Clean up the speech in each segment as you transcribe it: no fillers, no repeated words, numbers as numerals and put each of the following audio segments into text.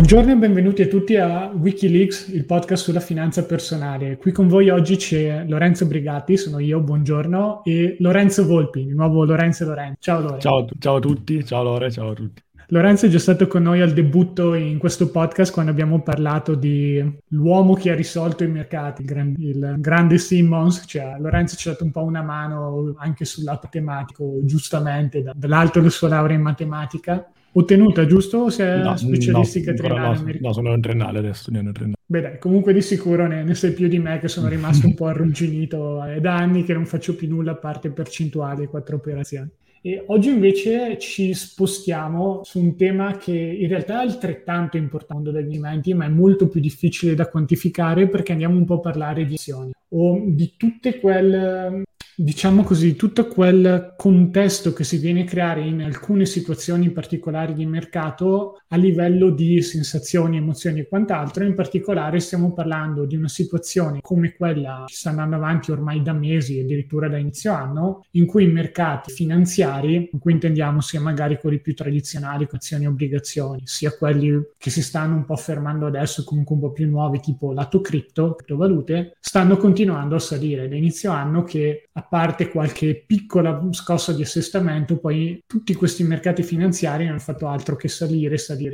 Buongiorno e benvenuti a tutti a Wikileaks, il podcast sulla finanza personale. Qui con voi oggi c'è Lorenzo Brigatti, sono io, buongiorno, e Lorenzo Volpi, di nuovo Lorenzo e Lorenzo. Ciao Lore. Ciao a tutti, ciao Lore, ciao a tutti. Lorenzo è già stato con noi al debutto in questo podcast quando abbiamo parlato di l'uomo che ha risolto i mercati, il grande Simmons. Lorenzo ci ha dato un po' una mano anche sul lato tematico, giustamente, dall'alto la sua laurea in matematica. Ottenuta, giusto? O sei specialistica triennale americana? No, sono in triennale adesso, studiando in triennale. Beh dai, comunque di sicuro ne sai più di me, che sono rimasto un po' arrugginito. È da anni che non faccio più nulla a parte percentuali e 4 operazioni. E oggi invece ci spostiamo su un tema che in realtà è altrettanto importante dagli investimenti, ma è molto più difficile da quantificare perché andiamo un po' a parlare di azioni o di tutte quelle, diciamo così, tutto quel contesto che si viene a creare in alcune situazioni particolari di mercato a livello di sensazioni, emozioni e quant'altro. In particolare stiamo parlando di una situazione come quella che sta andando avanti ormai da mesi, addirittura da inizio anno, in cui i mercati finanziari, in cui intendiamo sia magari quelli più tradizionali, azioni e obbligazioni, sia quelli che si stanno un po' fermando adesso, comunque un po' più nuovi, tipo lato criptovalute, stanno continuando a salire. Da inizio anno che, a parte qualche piccola scossa di assestamento, poi tutti questi mercati finanziari non hanno fatto altro che salire.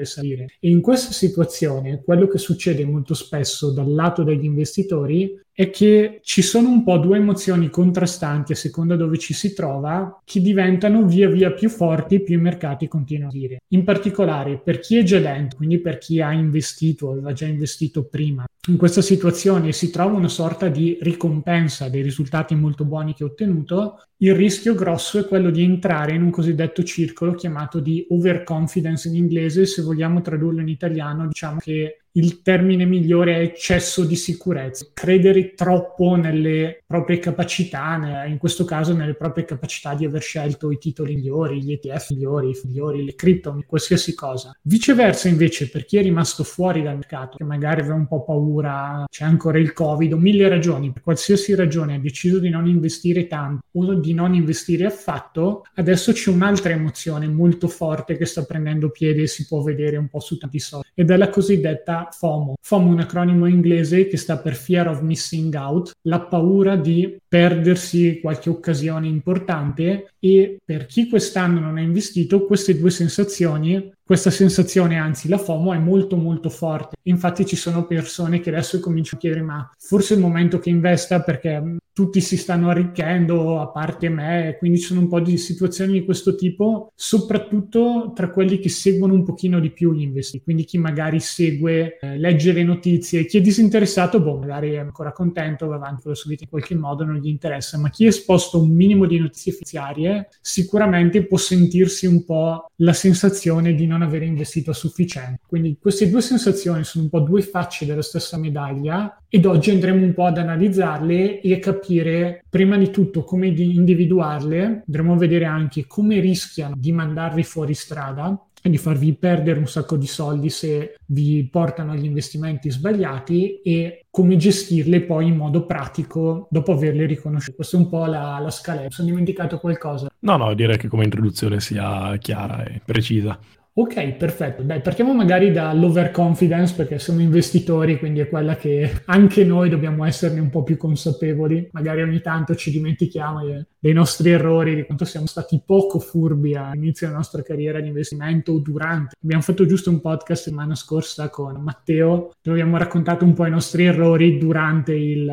E in questa situazione quello che succede molto spesso dal lato degli investitori è che ci sono un po' due emozioni contrastanti a seconda dove ci si trova, che diventano via via più forti più i mercati continuano a dire. In particolare per chi è già dentro, quindi per chi ha investito, aveva già investito prima, in questa situazione si trova una sorta di ricompensa dei risultati molto buoni che ha ottenuto. Il rischio grosso è quello di entrare in un cosiddetto circolo chiamato di overconfidence in inglese. Se vogliamo tradurlo in italiano, diciamo che il termine migliore è eccesso di sicurezza, credere troppo nelle proprie capacità, in questo caso nelle proprie capacità di aver scelto i titoli migliori, gli ETF migliori, le cripto, qualsiasi cosa. Viceversa invece per chi è rimasto fuori dal mercato, che magari aveva un po' paura, c'è ancora il Covid o mille ragioni, per qualsiasi ragione ha deciso di non investire tanto o di non investire affatto, adesso c'è un'altra emozione molto forte che sta prendendo piede e si può vedere un po' su tanti social, ed è la cosiddetta FOMO. FOMO è un acronimo inglese che sta per Fear of Missing Out, la paura di perdersi qualche occasione importante, e per chi quest'anno non ha investito queste due sensazioni, questa sensazione, anzi la FOMO, è molto molto forte. Infatti ci sono persone che adesso cominciano a chiedere: ma forse è il momento che investa perché tutti si stanno arricchendo a parte me. Quindi ci sono un po' di situazioni di questo tipo, soprattutto tra quelli che seguono un pochino di più gli investitori, quindi chi magari segue, legge le notizie. Chi è disinteressato, magari è ancora contento, va avanti con la sua vita in qualche modo, non gli interessa, ma chi è esposto a un minimo di notizie finanziarie sicuramente può sentirsi un po' la sensazione di non aver investito a sufficiente. Quindi queste due sensazioni sono un po' due facce della stessa medaglia, ed oggi andremo un po' ad analizzarle e a capire prima di tutto come individuarle. Andremo a vedere anche come rischiano di mandarvi fuori strada e di farvi perdere un sacco di soldi se vi portano agli investimenti sbagliati, e come gestirle poi in modo pratico dopo averle riconosciute. Questa è un po' la scaletta. Sono dimenticato qualcosa? No, direi che come introduzione sia chiara e precisa. Ok, perfetto. Dai, partiamo magari dall'overconfidence, perché siamo investitori, quindi è quella che anche noi dobbiamo esserne un po' più consapevoli. Magari ogni tanto ci dimentichiamo dei nostri errori, di quanto siamo stati poco furbi all'inizio della nostra carriera di investimento o durante. Abbiamo fatto giusto un podcast settimana scorsa con Matteo, dove abbiamo raccontato un po' i nostri errori durante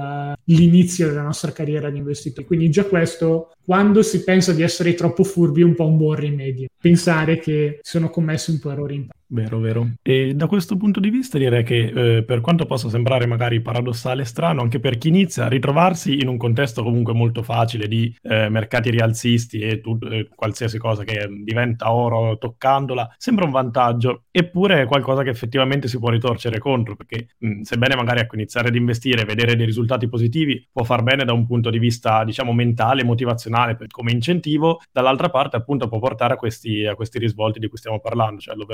l'inizio della nostra carriera di investitori. Quindi già questo, quando si pensa di essere troppo furbi, è un po' un buon rimedio. Pensare che sono commessi un po' errori in passato. Vero. E da questo punto di vista direi che per quanto possa sembrare magari paradossale e strano, anche per chi inizia a ritrovarsi in un contesto comunque molto facile di mercati rialzisti e qualsiasi cosa che diventa oro toccandola, sembra un vantaggio, eppure è qualcosa che effettivamente si può ritorcere contro, perché sebbene magari iniziare ad investire e vedere dei risultati positivi può far bene da un punto di vista, diciamo, mentale, motivazionale, come incentivo, dall'altra parte appunto può portare a questi risvolti di cui stiamo parlando, cioè l'overconfidence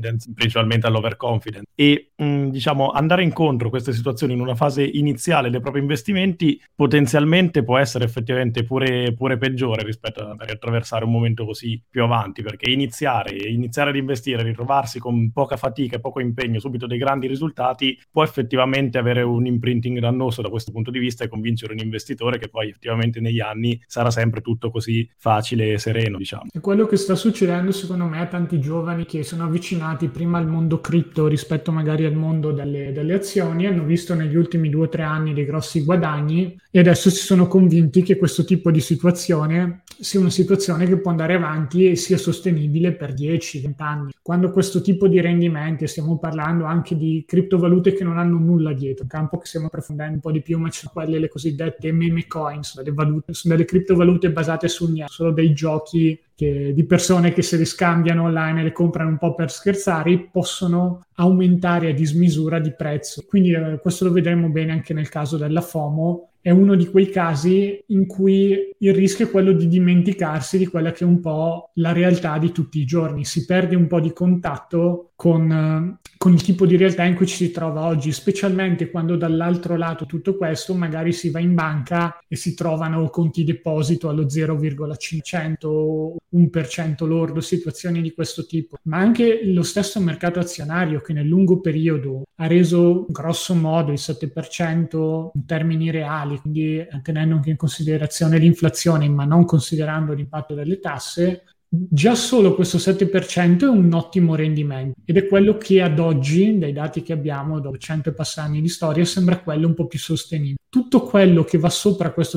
confidence, principalmente all'overconfidence. E diciamo, andare incontro a queste situazioni in una fase iniziale dei propri investimenti potenzialmente può essere effettivamente pure peggiore rispetto ad andare a attraversare un momento così più avanti, perché iniziare ad investire, ritrovarsi con poca fatica e poco impegno subito dei grandi risultati può effettivamente avere un imprinting dannoso da questo punto di vista e convincere un investitore che poi effettivamente negli anni sarà sempre tutto così facile e sereno, diciamo. È quello che sta succedendo secondo me a tanti giovani che sono avvicinati prima al mondo cripto rispetto magari al mondo delle azioni, hanno visto negli ultimi 2 o 3 anni dei grossi guadagni e adesso si sono convinti che questo tipo di situazione sia una situazione che può andare avanti e sia sostenibile per 10-20 anni. Quando questo tipo di rendimenti, stiamo parlando anche di criptovalute che non hanno nulla dietro, un campo che stiamo approfondendo un po' di più, ma ci sono quelle le cosiddette meme coins, sono delle criptovalute basate su niente, solo dei giochi di persone che se li scambiano online e le comprano un po' per scherzare, possono aumentare a dismisura di prezzo. Quindi questo lo vedremo bene anche nel caso della FOMO. È uno di quei casi in cui il rischio è quello di dimenticarsi di quella che è un po' la realtà di tutti i giorni. Si perde un po' di contatto con il tipo di realtà in cui ci si trova oggi, specialmente quando dall'altro lato tutto questo magari si va in banca e si trovano conti deposito allo 0,5%, 1% lordo, situazioni di questo tipo. Ma anche lo stesso mercato azionario che nel lungo periodo ha reso grosso modo il 7% in termini reali, quindi tenendo anche in considerazione l'inflazione, ma non considerando l'impatto delle tasse, già solo questo 7% è un ottimo rendimento ed è quello che ad oggi, dai dati che abbiamo dopo 100 e passa anni di storia, sembra quello un po' più sostenibile. Tutto quello che va sopra questo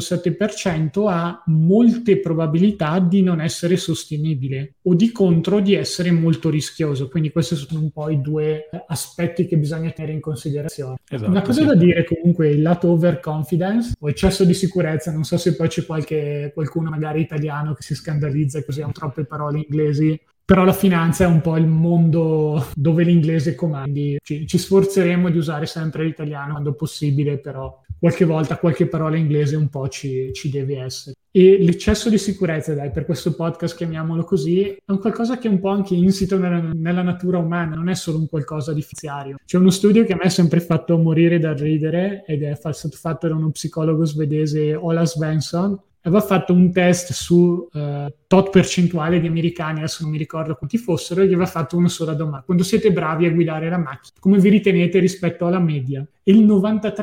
7% ha molte probabilità di non essere sostenibile o di contro di essere molto rischioso, quindi questi sono un po' i 2 aspetti che bisogna tenere in considerazione. Esatto, una cosa da dire comunque, il lato overconfidence o eccesso di sicurezza, non so se poi c'è qualcuno magari italiano che si scandalizza così hanno troppe parole inglesi, però la finanza è un po' il mondo dove l'inglese comandi. Ci sforzeremo di usare sempre l'italiano quando possibile, però qualche volta qualche parola inglese un po' ci deve essere. E l'eccesso di sicurezza, per questo podcast chiamiamolo così, è un qualcosa che è un po' anche insito nella natura umana, non è solo un qualcosa di finanziario. C'è uno studio che a me ha sempre fatto morire dal ridere ed è stato fatto da uno psicologo svedese, Ola Svensson. Aveva fatto un test su tot percentuale di americani, adesso non mi ricordo quanti fossero, e gli aveva fatto una sola domanda: quando siete bravi a guidare la macchina, come vi ritenete rispetto alla media? E il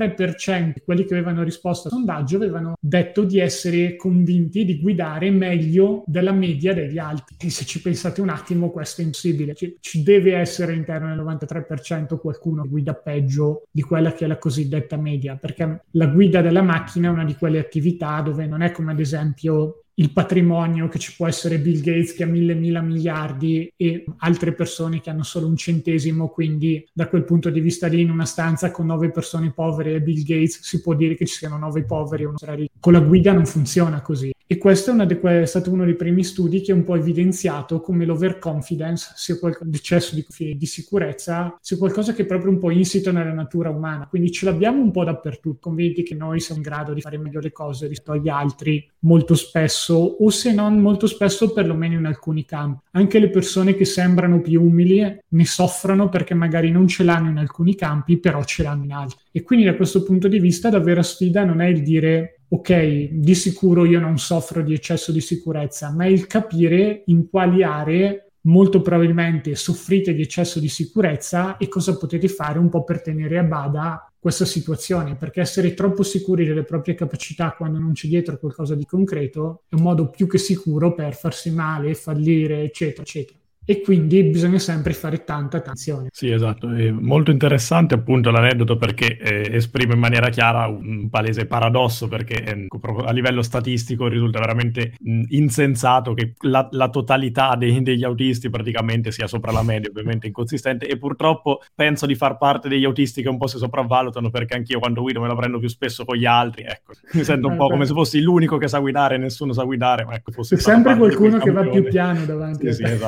93% di quelli che avevano risposto al sondaggio avevano detto di essere convinti di guidare meglio della media degli altri. E se ci pensate un attimo, questo è impossibile. Ci deve essere all'interno del 93% qualcuno che guida peggio di quella che è la cosiddetta media, perché la guida della macchina è una di quelle attività dove non è come ad esempio il patrimonio, che ci può essere Bill Gates che ha 1.000 miliardi e altre persone che hanno solo un centesimo, quindi da quel punto di vista lì in una stanza con 9 persone povere e Bill Gates si può dire che ci siano 9 poveri e uno sarà ricco. Con la guida non funziona così. E questo è stato uno dei primi studi che ha un po' evidenziato come l'overconfidence, sia l'eccesso di sicurezza, sia qualcosa che è proprio un po' insito nella natura umana. Quindi ce l'abbiamo un po' dappertutto, convinti che noi siamo in grado di fare meglio le cose rispetto agli altri molto spesso, o se non molto spesso perlomeno in alcuni campi. Anche le persone che sembrano più umili ne soffrono perché magari non ce l'hanno in alcuni campi, però ce l'hanno in altri. E quindi da questo punto di vista la vera sfida non è il dire ok, di sicuro io non soffro di eccesso di sicurezza, ma è il capire in quali aree molto probabilmente soffrite di eccesso di sicurezza e cosa potete fare un po' per tenere a bada questa situazione, perché essere troppo sicuri delle proprie capacità quando non c'è dietro qualcosa di concreto è un modo più che sicuro per farsi male, fallire, eccetera, eccetera. E quindi bisogna sempre fare tanta attenzione. Sì, esatto, è molto interessante appunto l'aneddoto perché esprime in maniera chiara un palese paradosso, perché a livello statistico risulta veramente insensato che la totalità degli autisti praticamente sia sopra la media, ovviamente inconsistente, e purtroppo penso di far parte degli autisti che un po' si sopravvalutano, perché anch'io quando guido me la prendo più spesso con gli altri, ecco, mi sento un po' come se fossi l'unico che sa guidare e nessuno sa guidare, ma ecco, fosse c'è sempre qualcuno che va più piano davanti, sì, esatto, non importa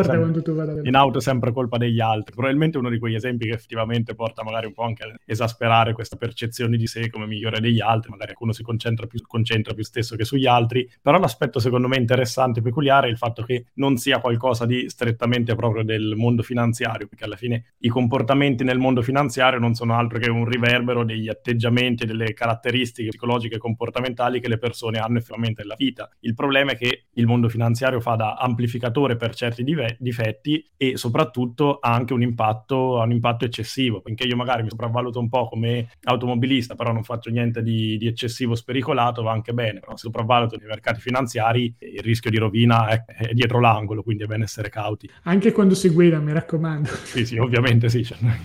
importa quando tu vada in auto è sempre colpa degli altri. Probabilmente uno di quegli esempi che effettivamente porta magari un po' anche a esasperare questa percezione di sé come migliore degli altri, magari uno si concentra più stesso che sugli altri, però l'aspetto secondo me interessante e peculiare è il fatto che non sia qualcosa di strettamente proprio del mondo finanziario, perché alla fine i comportamenti nel mondo finanziario non sono altro che un riverbero degli atteggiamenti e delle caratteristiche psicologiche e comportamentali che le persone hanno effettivamente nella vita. Il problema è che il mondo finanziario fa da amplificatore per certi difetti e soprattutto ha anche un impatto eccessivo, perché io magari mi sopravvaluto un po' come automobilista, però non faccio niente di eccessivo spericolato, va anche bene, però se sopravvaluto nei mercati finanziari il rischio di rovina è dietro l'angolo, quindi è bene essere cauti. Anche quando si guida, mi raccomando. Sì, ovviamente sì.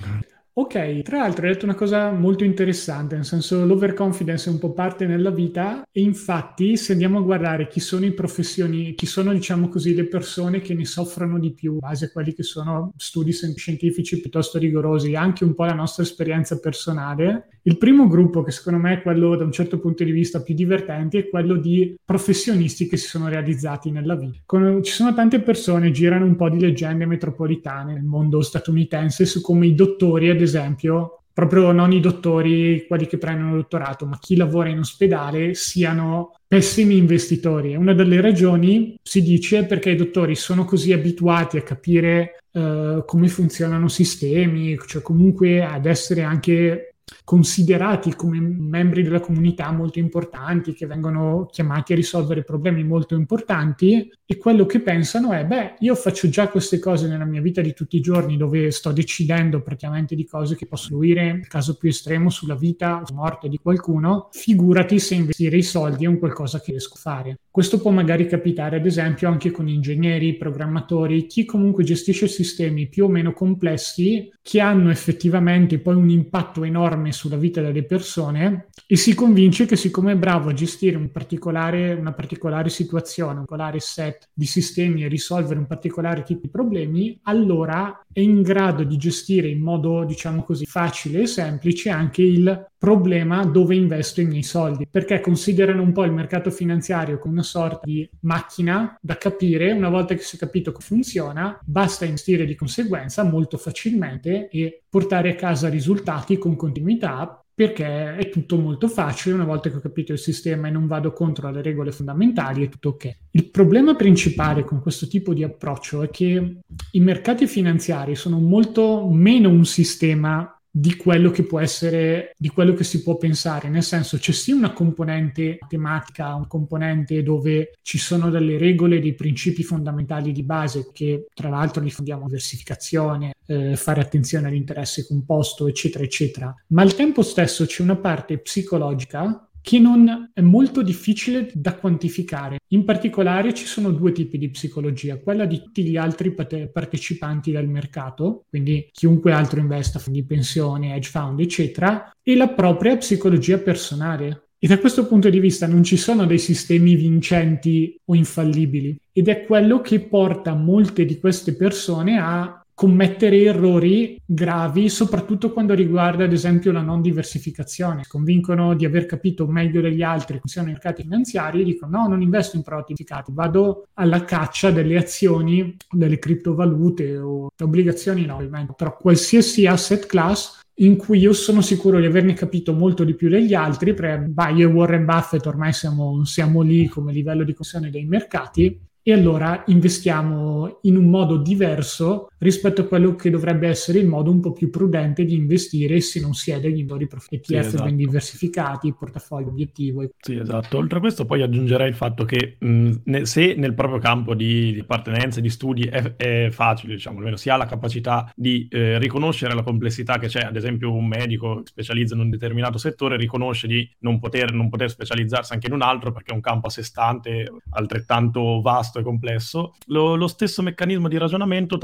Ok, tra l'altro hai detto una cosa molto interessante, nel senso l'overconfidence è un po' parte nella vita e infatti se andiamo a guardare chi sono chi sono diciamo così le persone che ne soffrono di più, in base a quelli che sono studi scientifici piuttosto rigorosi, anche un po' la nostra esperienza personale, il primo gruppo che secondo me è quello da un certo punto di vista più divertente è quello di professionisti che si sono realizzati nella vita. Ci sono tante persone, girano un po' di leggende metropolitane nel mondo statunitense su come i dottori, ad esempio, proprio non i dottori, quelli che prendono dottorato, ma chi lavora in ospedale, siano pessimi investitori. Una delle ragioni, si dice, perché i dottori sono così abituati a capire come funzionano sistemi, cioè comunque ad essere anche considerati come membri della comunità molto importanti, che vengono chiamati a risolvere problemi molto importanti, e quello che pensano è, io faccio già queste cose nella mia vita di tutti i giorni, dove sto decidendo praticamente di cose che possono influire, nel caso più estremo, sulla vita o morte di qualcuno, figurati se investire i soldi è un qualcosa che riesco a fare. Questo può magari capitare, ad esempio, anche con ingegneri, programmatori, chi comunque gestisce sistemi più o meno complessi, che hanno effettivamente poi un impatto enorme sulla vita delle persone, e si convince che siccome è bravo a gestire una particolare situazione, un particolare set di sistemi e risolvere un particolare tipo di problemi, allora è in grado di gestire in modo, diciamo così, facile e semplice anche il problema dove investo i miei soldi, perché considerano un po' il mercato finanziario come una sorta di macchina da capire. Una volta che si è capito come funziona, basta investire di conseguenza molto facilmente e portare a casa risultati con continuità, perché è tutto molto facile. Una volta che ho capito il sistema e non vado contro le regole fondamentali, è tutto ok. Il problema principale con questo tipo di approccio è che i mercati finanziari sono molto meno un sistema di quello che può essere, di quello che si può pensare, nel senso c'è sì una componente matematica, un componente dove ci sono delle regole, dei principi fondamentali di base che tra l'altro li fondiamo: diversificazione, fare attenzione all'interesse composto, eccetera, eccetera. Ma al tempo stesso c'è una parte psicologica che non è molto difficile da quantificare. In particolare ci sono due tipi di psicologia: quella di tutti gli altri partecipanti del mercato, quindi chiunque altro investa, fondi pensione, hedge fund, eccetera, e la propria psicologia personale. E da questo punto di vista non ci sono dei sistemi vincenti o infallibili, ed è quello che porta molte di queste persone a commettere errori gravi, soprattutto quando riguarda ad esempio la non diversificazione. Si convincono di aver capito meglio degli altri come funzionano i mercati finanziari e dicono: no, non investo in prodotti diversificati, vado alla caccia delle azioni, delle criptovalute o obbligazioni, no, ovviamente, però qualsiasi asset class in cui io sono sicuro di averne capito molto di più degli altri, perché io e Warren Buffett ormai siamo lì come livello di conoscenza dei mercati, e allora investiamo in un modo diverso rispetto a quello che dovrebbe essere il modo un po' più prudente di investire se non si è degli indori ETF sì, esatto, ben diversificati, portafoglio obiettivo. Sì, esatto. Oltre a questo poi aggiungerei il fatto che se nel proprio campo di appartenenza, di studi è facile, diciamo, almeno si ha la capacità di riconoscere la complessità che c'è. Ad esempio un medico specializza in un determinato settore, riconosce di non poter specializzarsi anche in un altro perché è un campo a sé stante, altrettanto vasto e complesso. Lo stesso meccanismo di ragionamento tante volte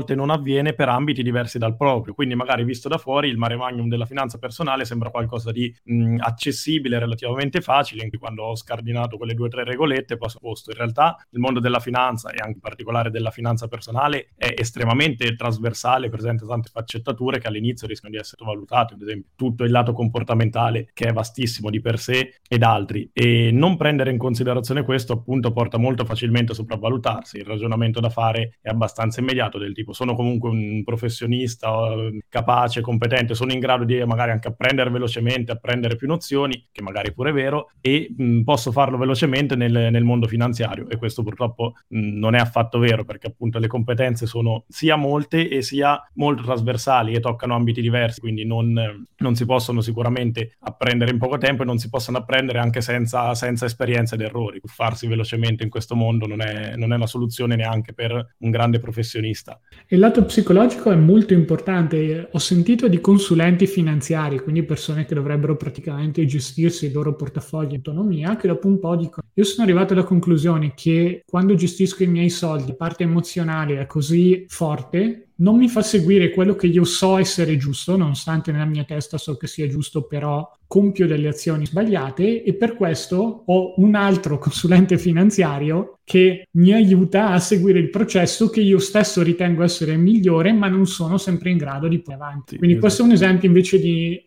volte non avviene per ambiti diversi dal proprio, quindi magari visto da fuori il mare magnum della finanza personale sembra qualcosa di accessibile, relativamente facile, in cui quando ho scardinato quelle 2 o 3 regolette poi sono a posto. In realtà il mondo della finanza, e anche in particolare della finanza personale, è estremamente trasversale, presenta tante sfaccettature che all'inizio rischiano di essere valutate, ad esempio tutto il lato comportamentale, che è vastissimo di per sé, ed altri, e non prendere in considerazione questo appunto porta molto facilmente a sopravvalutarsi. Il ragionamento da fare è abbastanza immediato, del tipo: sono comunque un professionista capace, competente, sono in grado di magari anche apprendere velocemente, apprendere più nozioni, che magari è pure vero, e posso farlo velocemente nel mondo finanziario. E questo purtroppo non è affatto vero, perché appunto le competenze sono sia molte e sia molto trasversali e toccano ambiti diversi, quindi non si possono sicuramente apprendere in poco tempo, e non si possono apprendere anche senza esperienza ed errori. Farsi velocemente in questo mondo non è una soluzione neanche per un grande professionista. Il lato psicologico è molto importante. Ho sentito di consulenti finanziari, quindi persone che dovrebbero praticamente gestirsi il loro portafoglio in autonomia, che dopo un po' dicono: io sono arrivato alla conclusione che quando gestisco i miei soldi, la parte emozionale è così forte, non mi fa seguire quello che io so essere giusto, nonostante nella mia testa so che sia giusto, però compio delle azioni sbagliate, e per questo ho un altro consulente finanziario che mi aiuta a seguire il processo che io stesso ritengo essere migliore, ma non sono sempre in grado di portare avanti. Sì, quindi esatto. Questo è un esempio invece di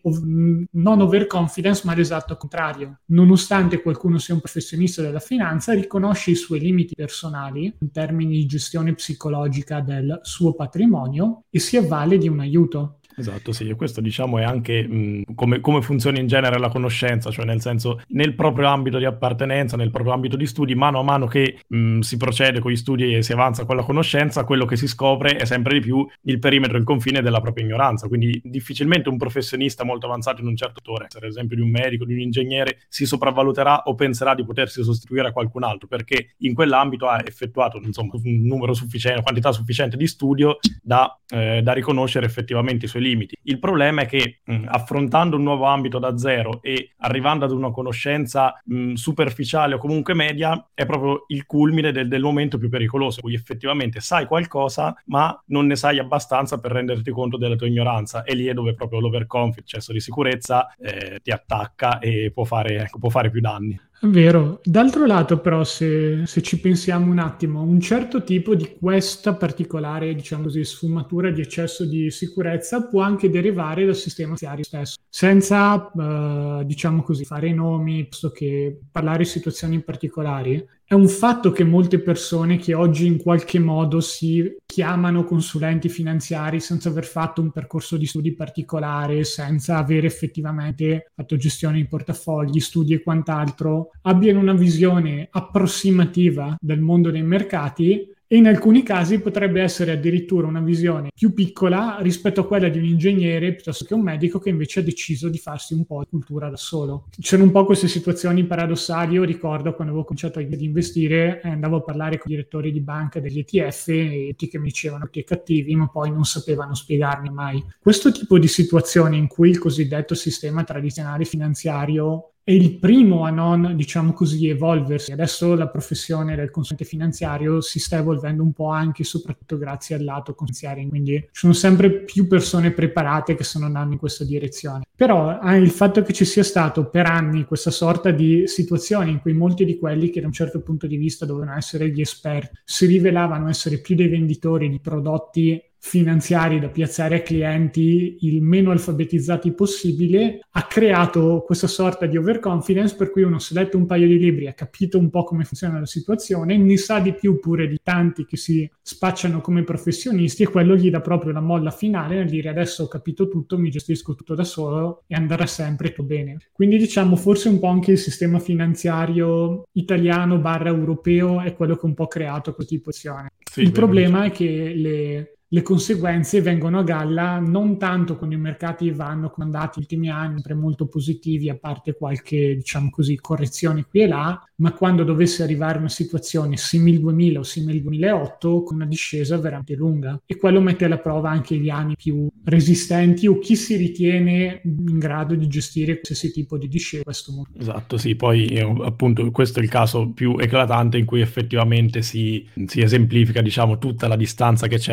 non overconfidence, ma l'esatto contrario. Nonostante qualcuno sia un professionista della finanza, riconosce i suoi limiti personali in termini di gestione psicologica del suo patrimonio e si avvale di un aiuto. Esatto, sì, e questo diciamo è anche come funziona in genere la conoscenza, cioè nel senso, nel proprio ambito di appartenenza, nel proprio ambito di studi, mano a mano che si procede con gli studi e si avanza con la conoscenza, quello che si scopre è sempre di più il perimetro, il confine della propria ignoranza. Quindi difficilmente un professionista molto avanzato in un certo settore, per esempio di un medico, di un ingegnere, si sopravvaluterà o penserà di potersi sostituire a qualcun altro, perché in quell'ambito ha effettuato, insomma, un numero sufficiente, quantità sufficiente di studio da riconoscere effettivamente i suoi limiti. Il problema è che affrontando un nuovo ambito da zero e arrivando ad una conoscenza superficiale o comunque media, è proprio il culmine del momento più pericoloso, in cui effettivamente sai qualcosa ma non ne sai abbastanza per renderti conto della tua ignoranza, e lì è dove proprio l'overconfidence, eccesso di sicurezza, ti attacca e può fare più danni. È vero. D'altro lato, però, se ci pensiamo un attimo, un certo tipo di questa particolare, diciamo così, sfumatura di eccesso di sicurezza può anche derivare dal sistema finanziario stesso, senza, diciamo così, fare nomi, piuttosto che parlare di situazioni particolari. È un fatto che molte persone che oggi in qualche modo si chiamano consulenti finanziari senza aver fatto un percorso di studi particolare, senza aver effettivamente fatto gestione di portafogli, studi e quant'altro, abbiano una visione approssimativa del mondo dei mercati, e in alcuni casi potrebbe essere addirittura una visione più piccola rispetto a quella di un ingegnere piuttosto che un medico che invece ha deciso di farsi un po' di cultura da solo. C'erano un po' queste situazioni paradossali. Io ricordo quando avevo cominciato ad investire, andavo a parlare con i direttori di banca degli ETF, e tutti che mi dicevano che cattivi, ma poi non sapevano spiegarmi mai. Questo tipo di situazione in cui il cosiddetto sistema tradizionale finanziario è il primo a non, diciamo così, evolversi. Adesso la professione del consulente finanziario si sta evolvendo un po' anche e soprattutto grazie al lato finanziario, quindi ci sono sempre più persone preparate che stanno andando in questa direzione. Però il fatto che ci sia stato per anni questa sorta di situazione in cui molti di quelli che da un certo punto di vista dovevano essere gli esperti si rivelavano essere più dei venditori di prodotti finanziari da piazzare a clienti il meno alfabetizzati possibile, ha creato questa sorta di overconfidence per cui uno si è letto un paio di libri, ha capito un po' come funziona la situazione, ne sa di più pure di tanti che si spacciano come professionisti, e quello gli dà proprio la molla finale nel dire: adesso ho capito tutto, mi gestisco tutto da solo e andrà sempre tutto bene. Quindi diciamo forse un po' anche il sistema finanziario italiano / europeo è quello che un po' ha creato questa tipo di azione. Sì, il problema è che le conseguenze vengono a galla non tanto quando i mercati vanno come andati negli ultimi anni, sempre molto positivi, a parte qualche, diciamo così, correzione qui e là, ma quando dovesse arrivare una situazione simil 2000 o simil 2008 con una discesa veramente lunga, e quello mette alla prova anche gli anni più resistenti o chi si ritiene in grado di gestire qualsiasi tipo di discesa. Esatto, sì, poi appunto questo è il caso più eclatante in cui effettivamente si esemplifica, diciamo, tutta la distanza che c'è fra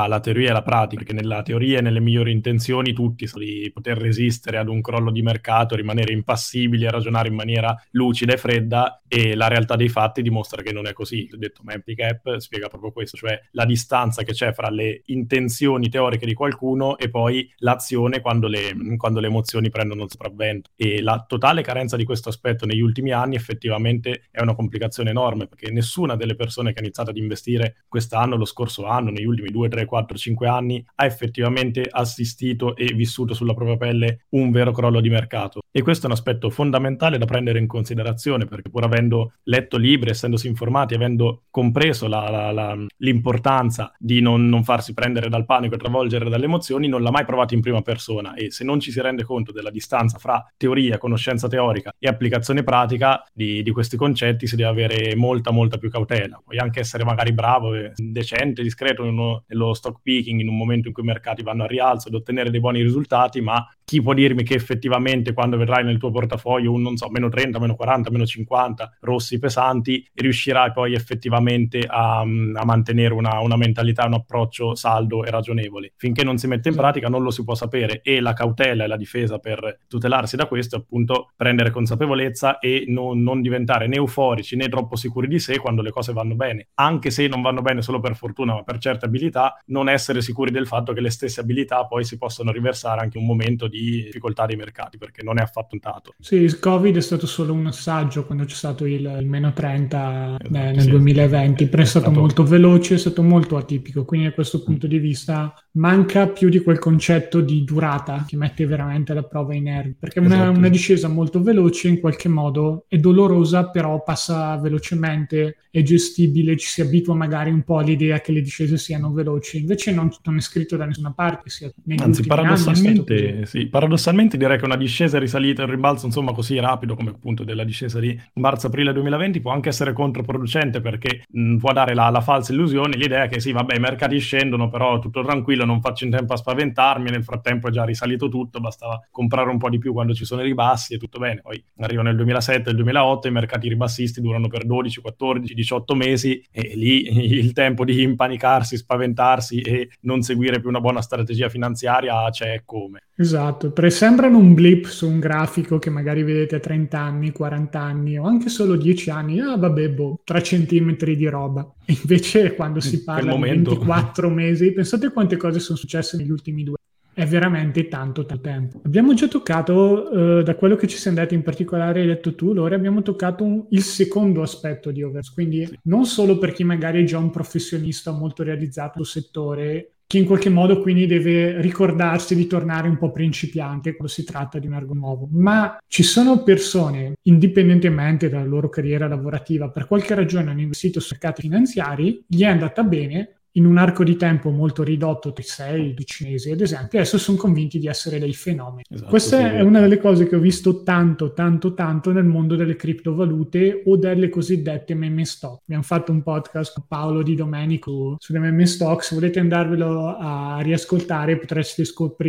tra la teoria e la pratica, perché nella teoria e nelle migliori intenzioni tutti sono di poter resistere ad un crollo di mercato, rimanere impassibili e ragionare in maniera lucida e fredda, e la realtà dei fatti dimostra che non è così. Ho detto, Empty Cap spiega proprio questo, cioè la distanza che c'è fra le intenzioni teoriche di qualcuno e poi l'azione quando le emozioni prendono il sopravvento. E la totale carenza di questo aspetto negli ultimi anni effettivamente è una complicazione enorme, perché nessuna delle persone che ha iniziato ad investire quest'anno, lo scorso anno, negli ultimi 2, 3, 4, 5 anni ha effettivamente assistito e vissuto sulla propria pelle un vero crollo di mercato. E questo è un aspetto fondamentale da prendere in considerazione, perché pur avendo letto libri, essendosi informati, avendo compreso l'importanza di non farsi prendere dal panico e travolgere dalle emozioni, non l'ha mai provato in prima persona. E se non ci si rende conto della distanza fra teoria, conoscenza teorica e applicazione pratica di questi concetti, si deve avere molta più cautela. Puoi anche essere magari bravo, decente, discreto nello stock picking in un momento in cui i mercati vanno a rialzo ed ottenere dei buoni risultati, ma chi può dirmi che effettivamente quando vedrai nel tuo portafoglio un, non so, meno 30, meno 40, meno 50 rossi pesanti, riuscirai poi effettivamente a mantenere una mentalità, un approccio saldo e ragionevole. Finché non si mette in pratica non lo si può sapere, e la cautela e la difesa per tutelarsi da questo è appunto prendere consapevolezza e non diventare né euforici né troppo sicuri di sé quando le cose vanno bene, anche se non vanno bene solo per fortuna ma per certe abilità, non essere sicuri del fatto che le stesse abilità poi si possono riversare anche in un momento di difficoltà dei mercati, perché non è affatto contato. Sì, il Covid è stato solo un assaggio quando c'è stato il meno 30 nel sì, 2020, però è stato molto veloce, è stato molto atipico, quindi da questo punto di vista manca più di quel concetto di durata che mette veramente alla prova i nervi, perché una discesa molto veloce in qualche modo è dolorosa, però passa velocemente, è gestibile, ci si abitua magari un po' all'idea che le discese siano veloci, invece non è scritto da nessuna parte, sia negli anzi ultimi paradossalmente, sì, paradossalmente direi che una discesa risalita, un rimbalzo insomma così rapido come appunto della discesa di marzo-aprile 2020 può anche essere controproducente, perché può dare la falsa illusione, l'idea che sì, vabbè, i mercati scendono, però tutto tranquillo, non faccio in tempo a spaventarmi, nel frattempo è già risalito tutto, bastava comprare un po' di più quando ci sono i ribassi e tutto bene. Poi arrivano il 2007, il 2008, i mercati ribassisti durano per 12, 14, 18 mesi e lì il tempo di impanicarsi, spaventarsi e non seguire più una buona strategia finanziaria c'è come. Esatto, perché sembrano un blip su un grafico che magari vedete a 30 anni, 40 anni o anche solo 10 anni, vabbè, 3 centimetri di roba. E invece quando si parla di 24 mesi, pensate quante cose sono successe negli ultimi 2 anni. È veramente tanto tempo. Abbiamo già toccato, da quello che ci sei andato in particolare, hai detto tu, Lore, abbiamo toccato il secondo aspetto di Overs, quindi non solo per chi magari è già un professionista molto realizzato nel settore, che in qualche modo quindi deve ricordarsi di tornare un po' principiante quando si tratta di un argomento nuovo, ma ci sono persone, indipendentemente dalla loro carriera lavorativa, per qualche ragione hanno investito sui mercati finanziari, gli è andata bene, in un arco di tempo molto ridotto, di 6-12 mesi ad esempio, adesso sono convinti di essere dei fenomeni. Esatto, questa è una delle cose che ho visto tanto nel mondo delle criptovalute o delle cosiddette meme stock. Abbiamo fatto un podcast con Paolo Di Domenico sulle meme stock, se volete andarvelo a riascoltare potrete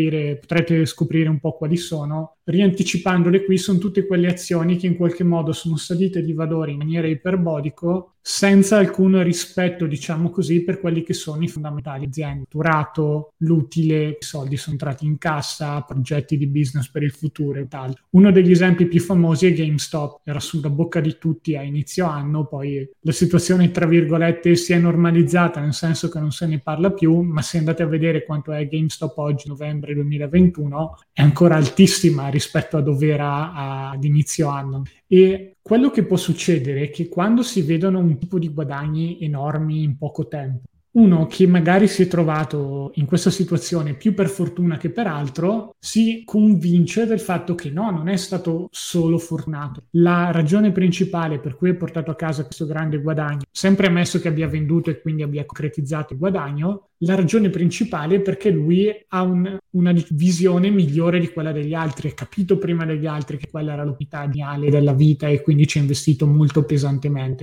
scoprire un po' quali sono. Rianticipandole qui, sono tutte quelle azioni che in qualche modo sono salite di valore in maniera iperbolico senza alcun rispetto, diciamo così, per quelli che sono i fondamentali aziende. Durato, l'utile, i soldi sono entrati in cassa, progetti di business per il futuro e tal. Uno degli esempi più famosi è GameStop, era sulla bocca di tutti a inizio anno, poi la situazione tra virgolette si è normalizzata, nel senso che non se ne parla più, ma se andate a vedere quanto è GameStop oggi, novembre 2021, è ancora altissima rispetto a dove era ad inizio anno. E quello che può succedere è che quando si vedono un tipo di guadagni enormi in poco tempo, uno che magari si è trovato in questa situazione più per fortuna che per altro, si convince del fatto che no, non è stato solo fortunato. La ragione principale per cui è portato a casa questo grande guadagno, sempre ammesso che abbia venduto e quindi abbia concretizzato il guadagno, la ragione principale è perché lui ha una visione migliore di quella degli altri, ha capito prima degli altri che quella era l'opportunità ideale della vita e quindi ci ha investito molto pesantemente.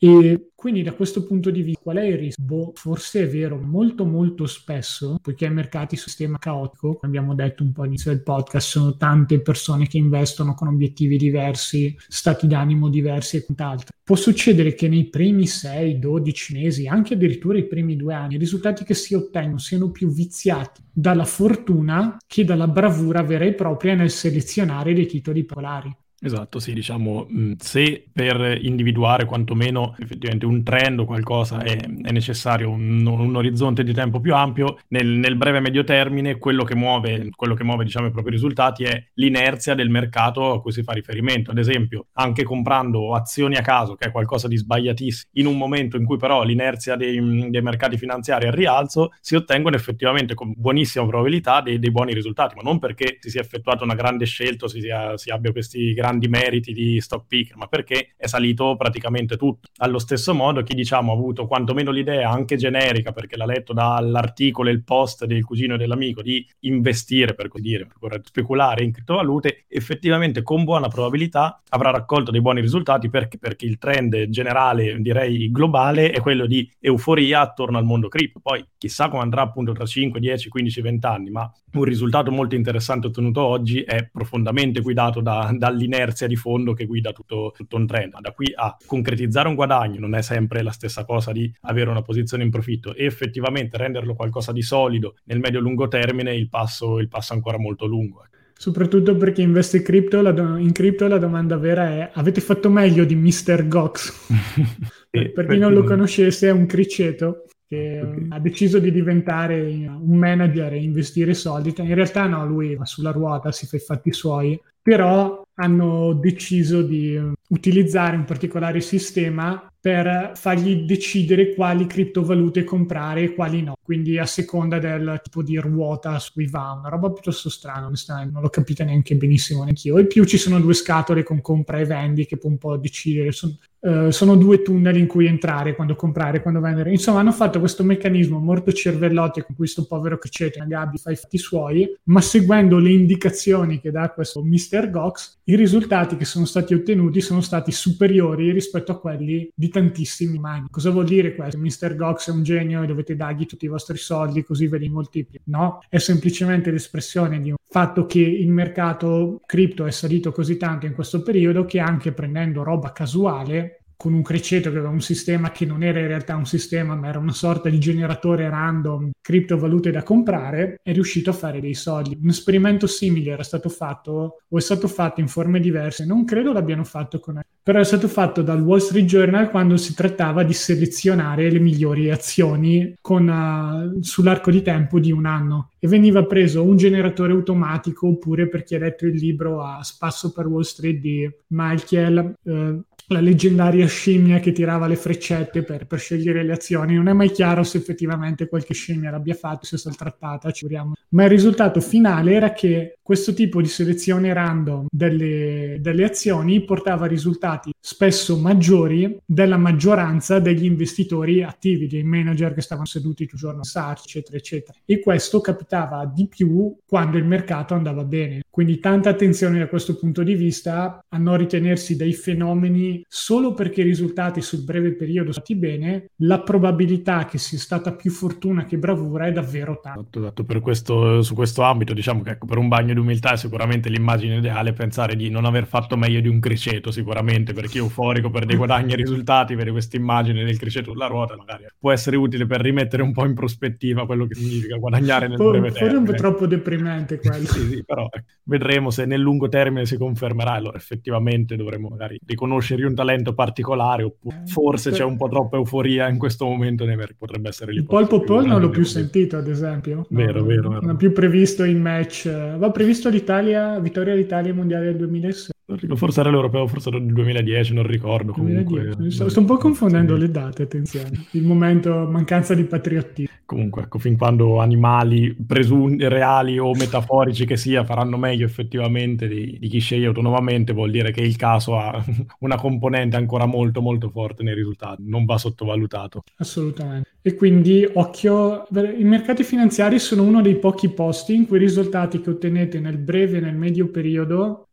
E quindi da questo punto di vista qual è il rischio? Forse è vero, molto molto spesso, poiché i mercati sono un sistema caotico, come abbiamo detto un po' all'inizio del podcast, sono tante persone che investono con obiettivi diversi, stati d'animo diversi e quant'altro. Può succedere che nei primi 6-12 mesi, anche addirittura i primi 2 anni, i risultati che si ottengono siano più viziati dalla fortuna che dalla bravura vera e propria nel selezionare dei titoli popolari. Esatto, sì, diciamo, se per individuare quantomeno effettivamente un trend o qualcosa è necessario un orizzonte di tempo più ampio, nel breve e medio termine quello che muove diciamo i propri risultati è l'inerzia del mercato a cui si fa riferimento. Ad esempio, anche comprando azioni a caso, che è qualcosa di sbagliatissimo, in un momento in cui però l'inerzia dei mercati finanziari è al rialzo, si ottengono effettivamente con buonissima probabilità dei buoni risultati, ma non perché si sia effettuata una grande scelta o si abbia questi grandi meriti di stock picker, ma perché è salito praticamente tutto. Allo stesso modo chi diciamo ha avuto quantomeno l'idea anche generica, perché l'ha letto dall'articolo e il post del cugino e dell'amico, di investire, per così dire, per speculare in criptovalute, effettivamente con buona probabilità avrà raccolto dei buoni risultati perché il trend generale, direi globale, è quello di euforia attorno al mondo cripto. Poi chissà come andrà appunto tra 5, 10, 15, 20 anni, ma un risultato molto interessante ottenuto oggi è profondamente guidato dall'inerzia di fondo che guida tutto un trend. Da qui a concretizzare un guadagno non è sempre la stessa cosa di avere una posizione in profitto e effettivamente renderlo qualcosa di solido nel medio-lungo termine, il passo è ancora molto lungo. Soprattutto per chi investe in cripto, la domanda vera è: avete fatto meglio di Mr. Gox? Per chi non lo conoscesse, è un criceto che ha deciso di diventare un manager e investire soldi. In realtà no, lui va sulla ruota, si fa i fatti suoi, però hanno deciso di utilizzare un particolare sistema per fargli decidere quali criptovalute comprare e quali no, quindi a seconda del tipo di ruota su cui va, una roba piuttosto strana, onestamente non l'ho capita neanche benissimo neanch'io. E più ci sono 2 scatole con compra e vendi che può un po' decidere, sono 2 tunnel in cui entrare, quando comprare, quando vendere. Insomma, hanno fatto questo meccanismo molto cervellotico con cui sto povero criceto in gabbia fa i fatti suoi, ma seguendo le indicazioni che dà questo Mr. Gox, i risultati che sono stati ottenuti sono stati superiori rispetto a quelli di tantissimi umani. Cosa vuol dire questo? Mr. Gox è un genio e dovete dargli tutti i vostri soldi così ve li moltiplica? No, è semplicemente l'espressione di un fatto che il mercato cripto è salito così tanto in questo periodo che anche prendendo roba casuale, con un criceto che aveva un sistema che non era in realtà un sistema, ma era una sorta di generatore random, criptovalute da comprare, è riuscito a fare dei soldi. Un esperimento simile era stato fatto, o è stato fatto in forme diverse, non credo l'abbiano fatto però è stato fatto dal Wall Street Journal quando si trattava di selezionare le migliori azioni sull'arco di tempo di un anno. E veniva preso un generatore automatico, oppure, per chi ha letto il libro A spasso per Wall Street di Michael, la leggendaria scimmia che tirava le freccette per scegliere le azioni. Non è mai chiaro se effettivamente qualche scimmia l'abbia fatto, sia stata trattata, ci curiamo. Ma il risultato finale era che questo tipo di selezione random delle azioni portava risultati spesso maggiori della maggioranza degli investitori attivi, dei manager che stavano seduti tutto il giorno a pensarci, eccetera, eccetera. E questo capitava di più quando il mercato andava bene. Quindi tanta attenzione da questo punto di vista a non ritenersi dei fenomeni solo perché i risultati sul breve periodo sono stati bene. La probabilità che sia stata più fortuna che bravura è davvero tanta. Esatto, su questo ambito diciamo che ecco, per un bagno di umiltà è sicuramente l'immagine ideale pensare di non aver fatto meglio di un criceto, sicuramente, per chi è euforico per dei guadagni e risultati, vedere questa immagine del criceto sulla ruota magari può essere utile per rimettere un po' in prospettiva quello che significa guadagnare nel breve termine. Forse un po' troppo deprimente quello. Sì, però vedremo se nel lungo termine si confermerà, allora effettivamente dovremo magari riconoscergli un talento particolare, oppure forse c'è un po' troppa euforia in questo momento nei mercati, potrebbe essere l'ipotesi. Il Paul non l'ho più sentito, ad esempio. Vero. Non è più previsto in match. Va previsto vittoria all'Italia mondiale del 2006. Forse era l'europeo, forse era del 2010, non ricordo. 2010. Comunque sto un po' confondendo le date, attenzione. Il momento mancanza di patriottismo. Comunque, ecco, fin quando animali reali o metaforici che sia faranno meglio effettivamente di chi sceglie autonomamente, vuol dire che il caso ha una componente ancora molto molto forte nei risultati, non va sottovalutato. Assolutamente. E quindi occhio, i mercati finanziari sono uno dei pochi posti in cui i risultati che ottenete nel breve e nel medio periodo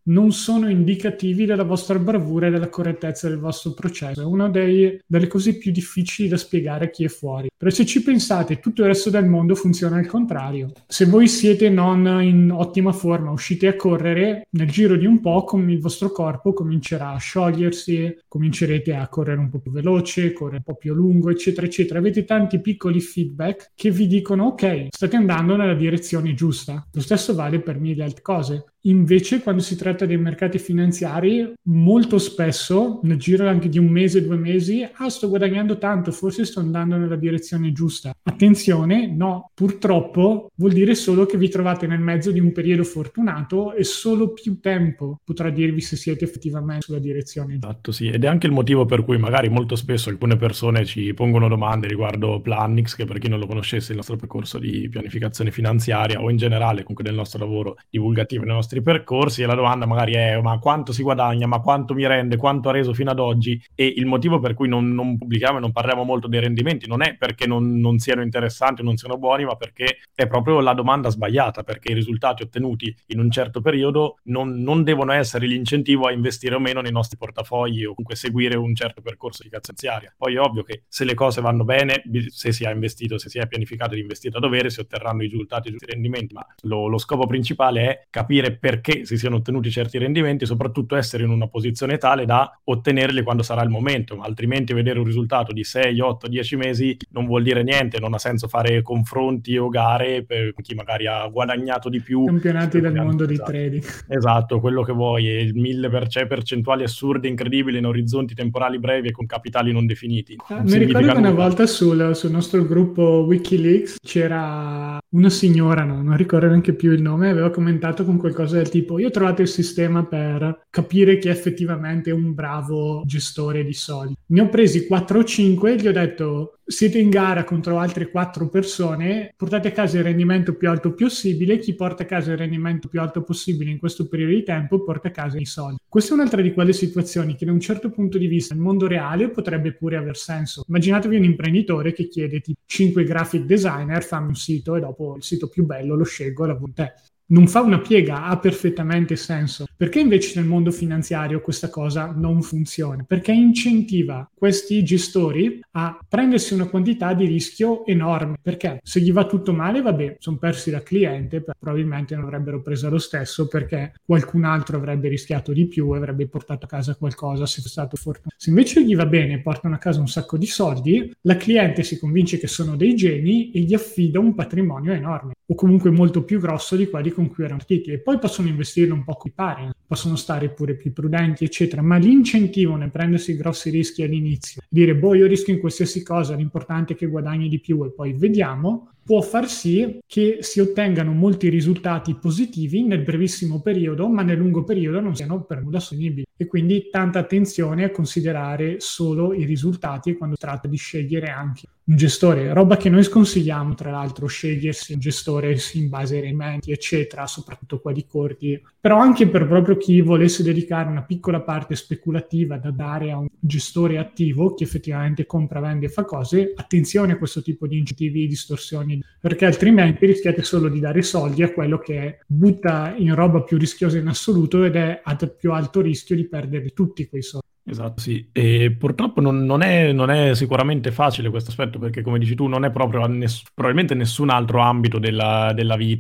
non sono indicativi della vostra bravura e della correttezza del vostro processo. È una delle cose più difficili da spiegare a chi è fuori. Però se ci pensate, tutto il resto del mondo funziona al contrario. Se voi siete non in ottima forma, uscite a correre, nel giro di un po' il vostro corpo comincerà a sciogliersi, comincerete a correre un po' più veloce, correre un po' più a lungo, eccetera, eccetera. Avete tanti piccoli feedback che vi dicono ok, state andando nella direzione giusta. Lo stesso vale per mille altre cose. Invece, quando si tratta dei mercati finanziari, molto spesso, nel giro anche di un mese, 2 mesi, sto guadagnando tanto, forse sto andando nella direzione giusta. Attenzione, no, purtroppo vuol dire solo che vi trovate nel mezzo di un periodo fortunato e solo più tempo potrà dirvi se siete effettivamente sulla direzione giusta. Esatto, sì, ed è anche il motivo per cui magari molto spesso alcune persone ci pongono domande riguardo Plannix, che per chi non lo conoscesse è il nostro percorso di pianificazione finanziaria o in generale comunque del nostro lavoro divulgativo nei nostri percorsi, e la domanda magari è ma quanto si guadagna, ma quanto mi rende, quanto ha reso fino ad oggi. E il motivo per cui non pubblichiamo e non parliamo molto dei rendimenti non è perché non siano interessanti o non siano buoni, ma perché è proprio la domanda sbagliata, perché i risultati ottenuti in un certo periodo non devono essere l'incentivo a investire o meno nei nostri portafogli o comunque seguire un certo percorso di finanziaria. Poi è ovvio che se le cose vanno bene, se si è investito, se si è pianificato ed investito a dovere, si otterranno i risultati e i rendimenti, ma lo scopo principale è capire perché si siano ottenuti certi rendimenti e soprattutto essere in una posizione tale da ottenerli quando sarà il momento, ma altrimenti vedere un risultato di 6, 8, 10 mesi non vuol dire niente, non ha senso fare confronti o gare per chi magari ha guadagnato di più. Campionati del mondo di trading. Esatto, quello che vuoi, e 1000% percentuali assurde, incredibili, in orizzonti temporali brevi e con capitali non definiti. Mi ricordo che una volta sul nostro gruppo Wikileaks c'era una signora, non ricordo neanche più il nome, aveva commentato con qualcosa del tipo: io ho trovato il sistema per capire chi è effettivamente un bravo gestore di soldi. Ne ho presi 4 o 5 e gli ho detto: siete in gara contro altre 4 persone, portate a casa il rendimento più alto possibile, chi porta a casa il rendimento più alto possibile in questo periodo di tempo porta a casa i soldi. Questa è un'altra di quelle situazioni che da un certo punto di vista nel mondo reale potrebbe pure aver senso. Immaginatevi un imprenditore che chiede tipo 5 graphic designer, fammi un sito e dopo il sito più bello lo scelgo e lavoro con te. Non fa una piega, ha perfettamente senso. Perché invece nel mondo finanziario questa cosa non funziona? Perché incentiva questi gestori a prendersi una quantità di rischio enorme. Perché se gli va tutto male, vabbè, sono persi da cliente, probabilmente non avrebbero preso lo stesso perché qualcun altro avrebbe rischiato di più e avrebbe portato a casa qualcosa se fosse stato fortunato. Se invece gli va bene, portano a casa un sacco di soldi, la cliente si convince che sono dei geni e gli affida un patrimonio enorme, o comunque molto più grosso di quelli con cui erano partiti, e poi possono investirlo un po' come pare, possono stare pure più prudenti eccetera, ma l'incentivo nel prendersi grossi rischi all'inizio, dire io rischio in qualsiasi cosa, l'importante è che guadagni di più e poi vediamo, può far sì che si ottengano molti risultati positivi nel brevissimo periodo, ma nel lungo periodo non siano per nulla sostenibili. E quindi tanta attenzione a considerare solo i risultati quando si tratta di scegliere anche un gestore, roba che noi sconsigliamo tra l'altro, scegliersi un gestore in base ai rendimenti eccetera, soprattutto quelli corti, però anche per proprio chi volesse dedicare una piccola parte speculativa da dare a un gestore attivo che effettivamente compra, vende e fa cose, attenzione a questo tipo di incentivi e distorsioni, perché altrimenti rischiate solo di dare soldi a quello che butta in roba più rischiosa in assoluto ed è ad più alto rischio di perdere tutti quei soldi. Esatto, sì. E purtroppo non è sicuramente facile questo aspetto, perché come dici tu non è proprio probabilmente nessun altro ambito della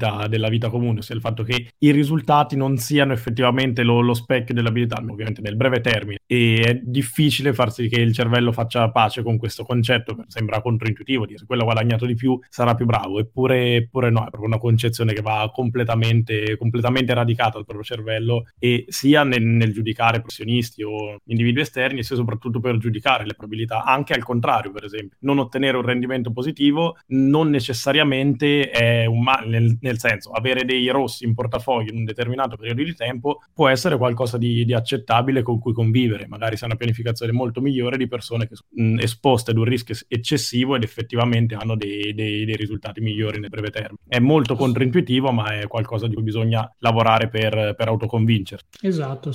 vita comune, sia il fatto che i risultati non siano effettivamente lo specchio dell'abilità, ovviamente nel breve termine, e è difficile far sì che il cervello faccia pace con questo concetto. Sembra controintuitivo dire se quello ha guadagnato di più sarà più bravo, eppure no, è proprio una concezione che va completamente radicata dal proprio cervello, e sia nel giudicare professionisti o individui esterni, sia soprattutto per giudicare le probabilità. Anche al contrario, per esempio, non ottenere un rendimento positivo non necessariamente è un male, nel senso, avere dei rossi in portafoglio in un determinato periodo di tempo può essere qualcosa di accettabile con cui convivere, magari se è una pianificazione molto migliore di persone che sono esposte ad un rischio eccessivo ed effettivamente hanno dei risultati migliori nel breve termine. È molto controintuitivo, ma è qualcosa di cui bisogna lavorare per autoconvincersi. Esatto.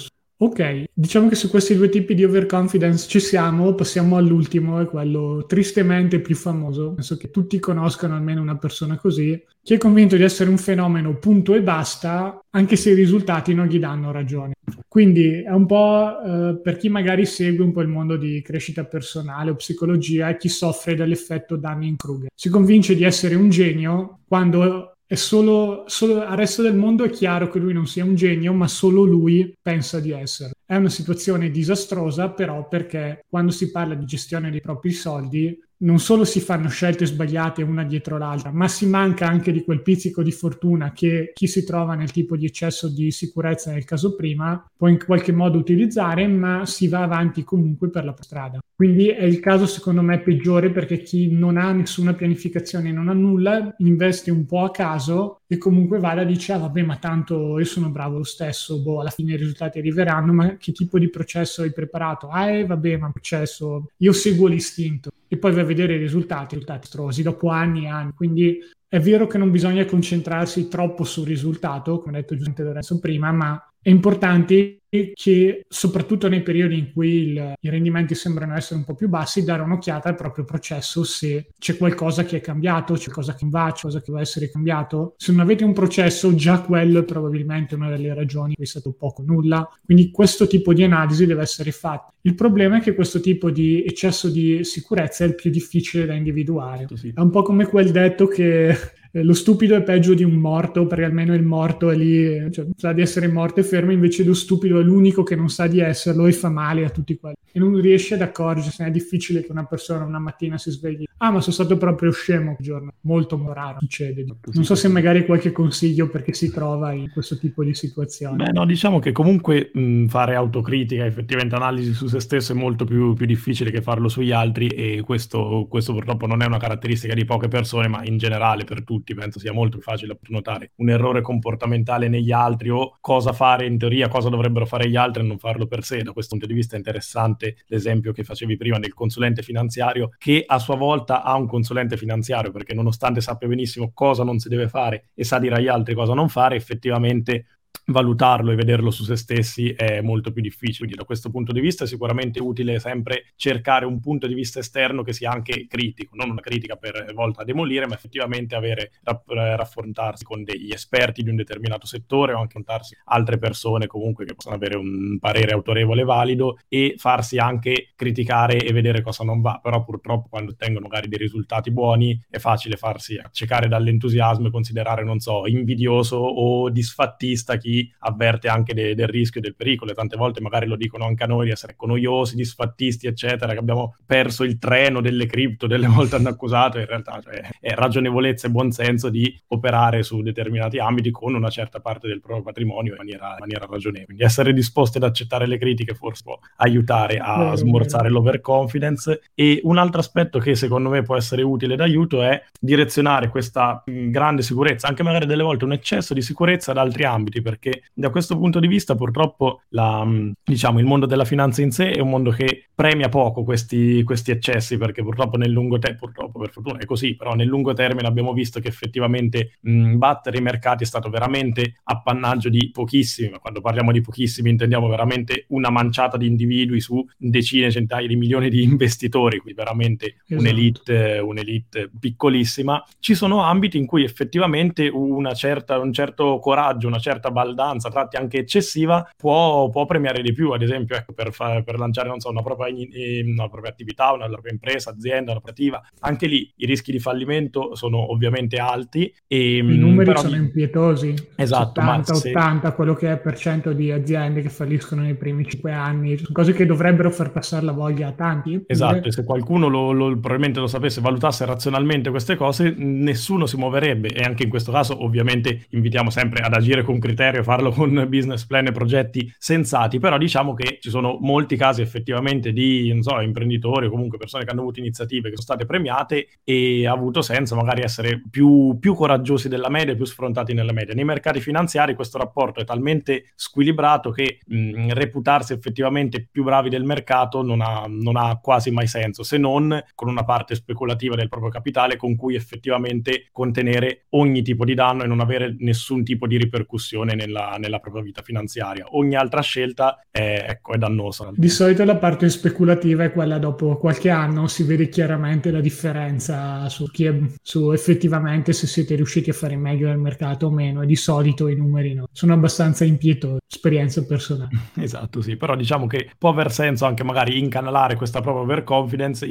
Ok, diciamo che su questi due tipi di overconfidence ci siamo, passiamo all'ultimo, è quello tristemente più famoso. Penso che tutti conoscano almeno una persona così, che è convinto di essere un fenomeno punto e basta, anche se i risultati non gli danno ragione. Quindi è un po' per chi magari segue un po' il mondo di crescita personale o psicologia e chi soffre dell'effetto Dunning-Kruger. Si convince di essere un genio quando è solo al resto del mondo è chiaro che lui non sia un genio, ma solo lui pensa di essere. È una situazione disastrosa, però, perché quando si parla di gestione dei propri soldi, non solo si fanno scelte sbagliate una dietro l'altra, ma si manca anche di quel pizzico di fortuna che chi si trova nel tipo di eccesso di sicurezza nel caso prima può in qualche modo utilizzare, ma si va avanti comunque per la strada. Quindi è il caso secondo me peggiore, perché chi non ha nessuna pianificazione, non ha nulla, investe un po' a caso e comunque va e dice: ah vabbè, ma tanto io sono bravo lo stesso, boh, alla fine i risultati arriveranno. Ma che tipo di processo hai preparato? Vabbè, ma processo, io seguo l'istinto. E poi vai a vedere i risultati strosi dopo anni e anni. Quindi è vero che non bisogna concentrarsi troppo sul risultato, come ha detto Giuseppe Lorenzo prima, ma è importante che, soprattutto nei periodi in cui i rendimenti sembrano essere un po' più bassi, dare un'occhiata al proprio processo, se c'è qualcosa che è cambiato, c'è qualcosa che non va, c'è qualcosa che deve essere cambiato. Se non avete un processo, già quello è probabilmente una delle ragioni per cui è stato poco o nulla. Quindi questo tipo di analisi deve essere fatta. Il problema è che questo tipo di eccesso di sicurezza è il più difficile da individuare. Sì. È un po' come quel detto che lo stupido è peggio di un morto, perché almeno il morto è lì, cioè, sa di essere morto e fermo, invece lo stupido è l'unico che non sa di esserlo e fa male a tutti quelli. E non riesce ad accorgersene. È difficile che una persona una mattina si svegli: ah, ma sono stato proprio scemo quel giorno. Molto raro succede. Non so se magari qualche consiglio per chi si trova in questo tipo di situazione. Beh, no, diciamo che comunque fare autocritica, effettivamente analisi su se stesso è molto più difficile che farlo sugli altri, e questo purtroppo non è una caratteristica di poche persone, ma in generale per tutti penso sia molto facile notare un errore comportamentale negli altri, o cosa fare in teoria, cosa dovrebbero fare gli altri e non farlo per sé. Da questo punto di vista è interessante l'esempio che facevi prima del consulente finanziario, che a sua volta ha un consulente finanziario, perché nonostante sappia benissimo cosa non si deve fare e sa dire agli altri cosa non fare, effettivamente valutarlo e vederlo su se stessi è molto più difficile. Quindi da questo punto di vista è sicuramente utile sempre cercare un punto di vista esterno che sia anche critico, non una critica volta a demolire, ma effettivamente raffrontarsi con degli esperti di un determinato settore, o anche confrontarsi altre persone comunque che possono avere un parere autorevole e valido, e farsi anche criticare e vedere cosa non va. Però purtroppo quando ottengono magari dei risultati buoni è facile farsi accecare dall'entusiasmo e considerare, non so, invidioso o disfattista chi avverte anche del rischio e del pericolo. E tante volte magari lo dicono anche a noi di essere noiosi, disfattisti eccetera, che abbiamo perso il treno delle cripto, delle volte hanno accusato. In realtà è ragionevolezza e buonsenso di operare su determinati ambiti con una certa parte del proprio patrimonio in maniera ragionevole. Quindi essere disposti ad accettare le critiche forse può aiutare a smorzare l'overconfidence. E un altro aspetto che secondo me può essere utile d'aiuto è direzionare questa grande sicurezza, anche magari delle volte un eccesso di sicurezza, ad altri ambiti, perché da questo punto di vista purtroppo il mondo della finanza in sé è un mondo che premia poco questi eccessi, perché purtroppo nel lungo purtroppo per fortuna è così, però nel lungo termine abbiamo visto che effettivamente battere i mercati è stato veramente appannaggio di pochissimi, ma quando parliamo di pochissimi intendiamo veramente una manciata di individui su decine, centinaia di milioni di investitori, quindi veramente un'elite piccolissima. Ci sono ambiti in cui effettivamente un certo coraggio, una certa baldanza, tratti anche eccessiva, può premiare di più. Ad esempio, ecco, per lanciare, non so, una propria attività, una propria impresa, azienda, un'operativa, anche lì i rischi di fallimento sono ovviamente alti e i numeri sono impietosi. Esatto, 80, quello che è per cento di aziende che falliscono nei primi 5 anni, sono cose che dovrebbero far passare la voglia a tanti. Esatto, e se qualcuno probabilmente lo sapesse, valutasse razionalmente queste cose, nessuno si muoverebbe. E anche in questo caso ovviamente invitiamo sempre ad agire con criterio, farlo con business plan e progetti sensati, però diciamo che ci sono molti casi effettivamente di, non so, imprenditori o comunque persone che hanno avuto iniziative che sono state premiate e ha avuto senso magari essere più coraggiosi della media, più sfrontati nella media. Nei mercati finanziari questo rapporto è talmente squilibrato che reputarsi effettivamente più bravi del mercato non ha quasi mai senso, se non con una parte speculativa del proprio capitale con cui effettivamente contenere ogni tipo di danno e non avere nessun tipo di ripercussione attenzione nella propria vita finanziaria. Ogni altra scelta è dannosa. Di solito la parte speculativa è quella dopo qualche anno, si vede chiaramente la differenza su effettivamente se siete riusciti a fare meglio nel mercato o meno, e di solito i numeri no. Sono abbastanza impietosi, esperienza personale. Esatto, sì, però diciamo che può aver senso anche magari incanalare questa propria overconfidence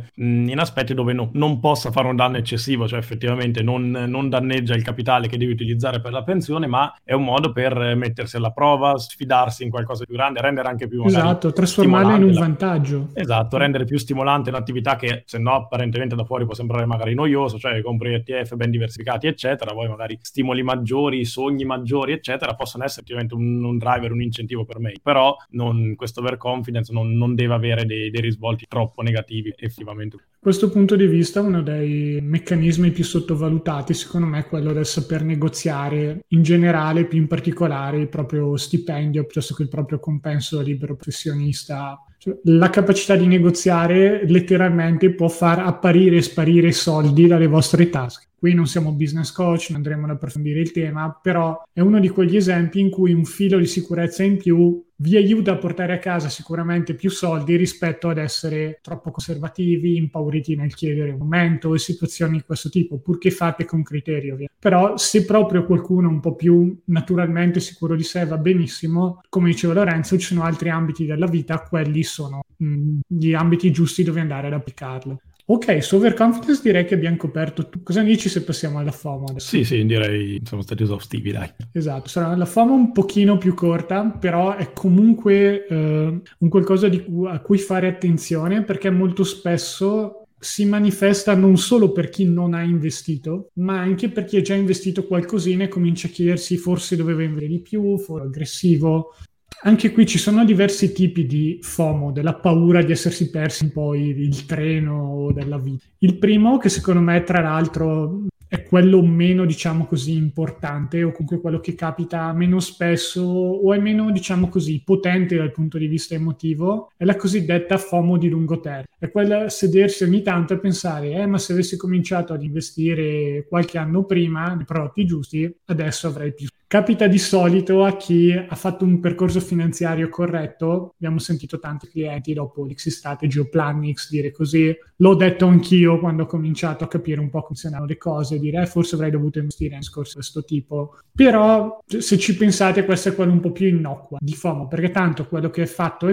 in aspetti dove non possa fare un danno eccessivo, cioè effettivamente non danneggia il capitale che devi utilizzare per la pensione, ma è un modo per mettersi alla prova, sfidarsi in qualcosa di più grande, rendere anche più magari esatto, trasformarla in un vantaggio. Esatto, rendere più stimolante un'attività che se no apparentemente da fuori può sembrare magari noioso, cioè compri ETF ben diversificati eccetera, poi magari stimoli maggiori, sogni maggiori eccetera possono essere effettivamente un driver, un incentivo per me, però questo overconfidence non deve avere dei risvolti troppo negativi effettivamente. Da questo punto di vista uno dei meccanismi più sottovalutati secondo me è quello del saper negoziare in generale, più in particolare il proprio stipendio piuttosto che il proprio compenso da libero professionista. Cioè, la capacità di negoziare letteralmente può far apparire e sparire soldi dalle vostre tasche. Qui non siamo business coach, non andremo ad approfondire il tema, però è uno di quegli esempi in cui un filo di sicurezza in più vi aiuta a portare a casa sicuramente più soldi rispetto ad essere troppo conservativi, impauriti nel chiedere un aumento e situazioni di questo tipo, purché fatte con criterio. Però se proprio qualcuno un po' più naturalmente sicuro di sé va benissimo, come diceva Lorenzo, ci sono altri ambiti della vita, quelli sono gli ambiti giusti dove andare ad applicarlo. Ok, su overconfidence direi che abbiamo coperto tutto. Cosa dici se passiamo alla FOMO adesso? Sì, direi siamo stati esaustivi, dai. Esatto, sarà la FOMO un pochino più corta, però è comunque un qualcosa a cui fare attenzione, perché molto spesso si manifesta non solo per chi non ha investito, ma anche per chi ha già investito qualcosina e comincia a chiedersi forse doveva investire di più, forse aggressivo. Anche qui ci sono diversi tipi di FOMO, della paura di essersi persi un po' il treno della vita. Il primo, che secondo me tra l'altro è quello meno, diciamo così, importante, o comunque quello che capita meno spesso o è meno, diciamo così, potente dal punto di vista emotivo, è la cosiddetta FOMO di lungo termine. È quella sedersi ogni tanto e pensare, ma se avessi cominciato ad investire qualche anno prima nei prodotti giusti, adesso avrei più. Capita di solito a chi ha fatto un percorso finanziario corretto. Abbiamo sentito tanti clienti dopo l'Exit Strategy o Planix dire così. L'ho detto anch'io quando ho cominciato a capire un po' come funzionavano le cose, dire forse avrei dovuto investire in discorsi di questo tipo. Però se ci pensate questa è quella un po' più innocua di FOMO, perché tanto quello che è fatto,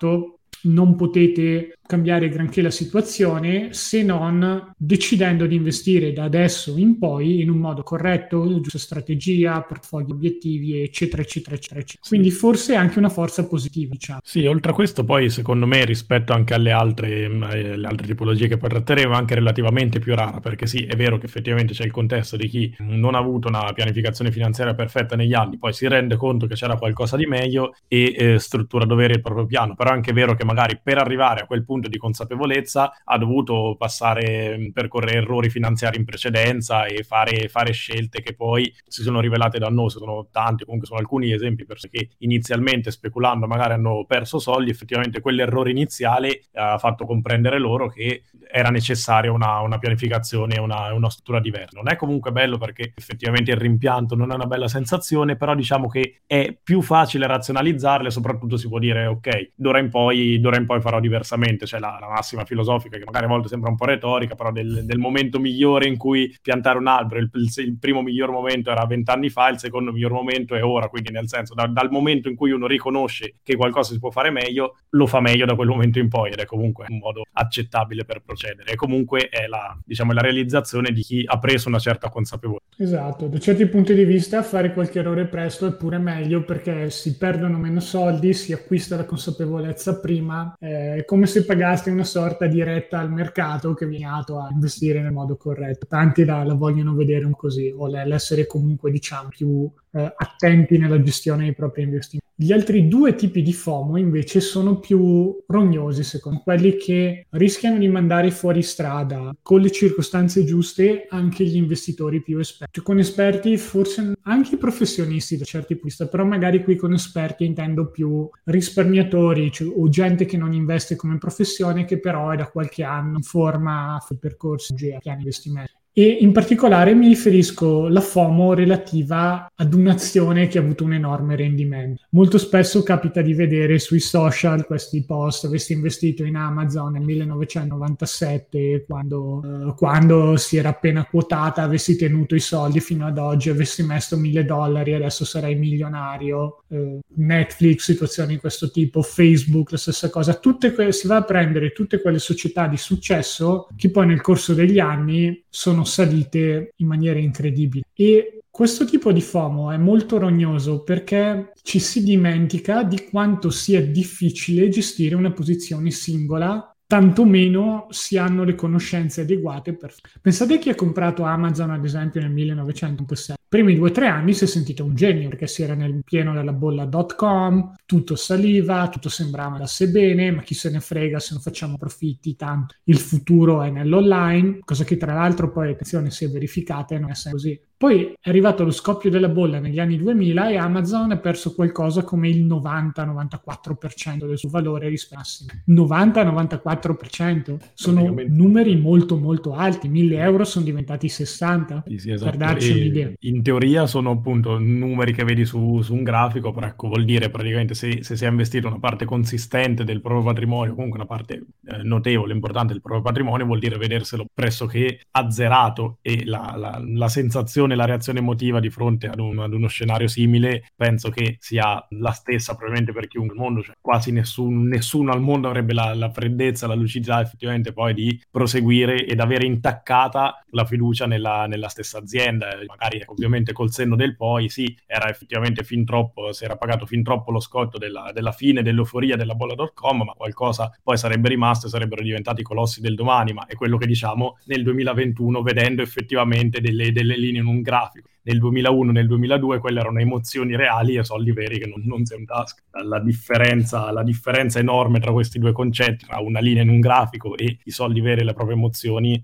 non potete cambiare granché la situazione se non decidendo di investire da adesso in poi in un modo corretto, giusta strategia, portfolio obiettivi, eccetera. Quindi forse è anche una forza positiva, diciamo. Sì, oltre a questo poi secondo me rispetto anche alle altre tipologie che poi tratteremo, anche relativamente più rara, perché sì, è vero che effettivamente c'è il contesto di chi non ha avuto una pianificazione finanziaria perfetta negli anni, poi si rende conto che c'era qualcosa di meglio e struttura dovere il proprio piano, però è anche vero che magari per arrivare a quel punto di consapevolezza ha dovuto percorrere errori finanziari in precedenza e fare scelte che poi si sono rivelate dannose. Sono tanti, comunque sono alcuni esempi che inizialmente speculando magari hanno perso soldi, effettivamente quell'errore iniziale ha fatto comprendere loro che era necessaria una pianificazione e una struttura diversa. Non è comunque bello perché effettivamente il rimpianto non è una bella sensazione, però diciamo che è più facile razionalizzarle e soprattutto si può dire ok, d'ora in poi farò diversamente, cioè la massima filosofica che magari a volte sembra un po' retorica, però del momento migliore in cui piantare un albero, il primo miglior momento era 20 anni fa, il secondo miglior momento è ora, quindi nel senso dal momento in cui uno riconosce che qualcosa si può fare meglio, lo fa meglio da quel momento in poi ed è comunque un modo accettabile per procedere e comunque è la realizzazione di chi ha preso una certa consapevolezza. Esatto, da certi punti di vista fare qualche errore presto è pure meglio perché si perdono meno soldi, si acquista la consapevolezza prima, è come se pagaste una sorta di retta al mercato che viene a investire nel modo corretto. Tanti la vogliono vedere un così, o l'essere comunque diciamo più attenti nella gestione dei propri investimenti. Gli altri due tipi di FOMO invece sono più rognosi, secondo me, quelli che rischiano di mandare fuori strada con le circostanze giuste anche gli investitori più esperti. Con esperti forse anche i professionisti da certi punti di vista, però magari qui con esperti intendo più risparmiatori, cioè, o gente che non investe come professione che però è da qualche anno in forma a percorsi a piani di investimento. E in particolare mi riferisco alla FOMO relativa ad un'azione che ha avuto un enorme rendimento. Molto spesso capita di vedere sui social questi post: avessi investito in Amazon nel 1997 quando si era appena quotata, avessi tenuto i soldi fino ad oggi, avessi messo $1.000, adesso sarei milionario. Netflix, situazioni di questo tipo, Facebook, la stessa cosa. Si va a prendere tutte quelle società di successo che poi nel corso degli anni sono salite in maniera incredibile. E questo tipo di FOMO è molto rognoso perché ci si dimentica di quanto sia difficile gestire una posizione singola, tanto meno si hanno le conoscenze adeguate per... Pensate chi ha comprato Amazon, ad esempio, nel 1996. Primi 2 o 3 anni si è sentito un genio perché si era nel pieno della bolla .com, tutto saliva, tutto sembrava andasse bene, ma chi se ne frega se non facciamo profitti, tanto il futuro è nell'online, cosa che tra l'altro poi, attenzione, si è verificata e non è sempre così. Poi è arrivato lo scoppio della bolla negli anni 2000 e Amazon ha perso qualcosa come il 90-94% del suo valore rispetto a 90-94%. Sono numeri molto molto alti. 1.000 euro sono diventati 60, sì, esatto. Per darci un'idea. In teoria sono appunto numeri che vedi su un grafico, però ecco, vuol dire praticamente se si è investito una parte consistente del proprio patrimonio, comunque una parte notevole, importante del proprio patrimonio, vuol dire vederselo pressoché azzerato, e la sensazione, la reazione emotiva di fronte ad uno scenario simile penso che sia la stessa probabilmente per chiunque al mondo, cioè quasi nessuno al mondo avrebbe la freddezza, la lucidità effettivamente poi di proseguire ed avere intaccata la fiducia nella stessa azienda. Magari ovviamente col senno del poi sì, era effettivamente si era pagato fin troppo lo scotto della fine dell'euforia della bolla.com, ma qualcosa poi sarebbe rimasto e sarebbero diventati i colossi del domani. Ma è quello che diciamo nel 2021, vedendo effettivamente delle linee in un grafico. Nel 2001, nel 2002 quelle erano emozioni reali e soldi veri che non si è in tasca. La differenza enorme tra questi due concetti, tra una linea in un grafico e i soldi veri e le proprie emozioni,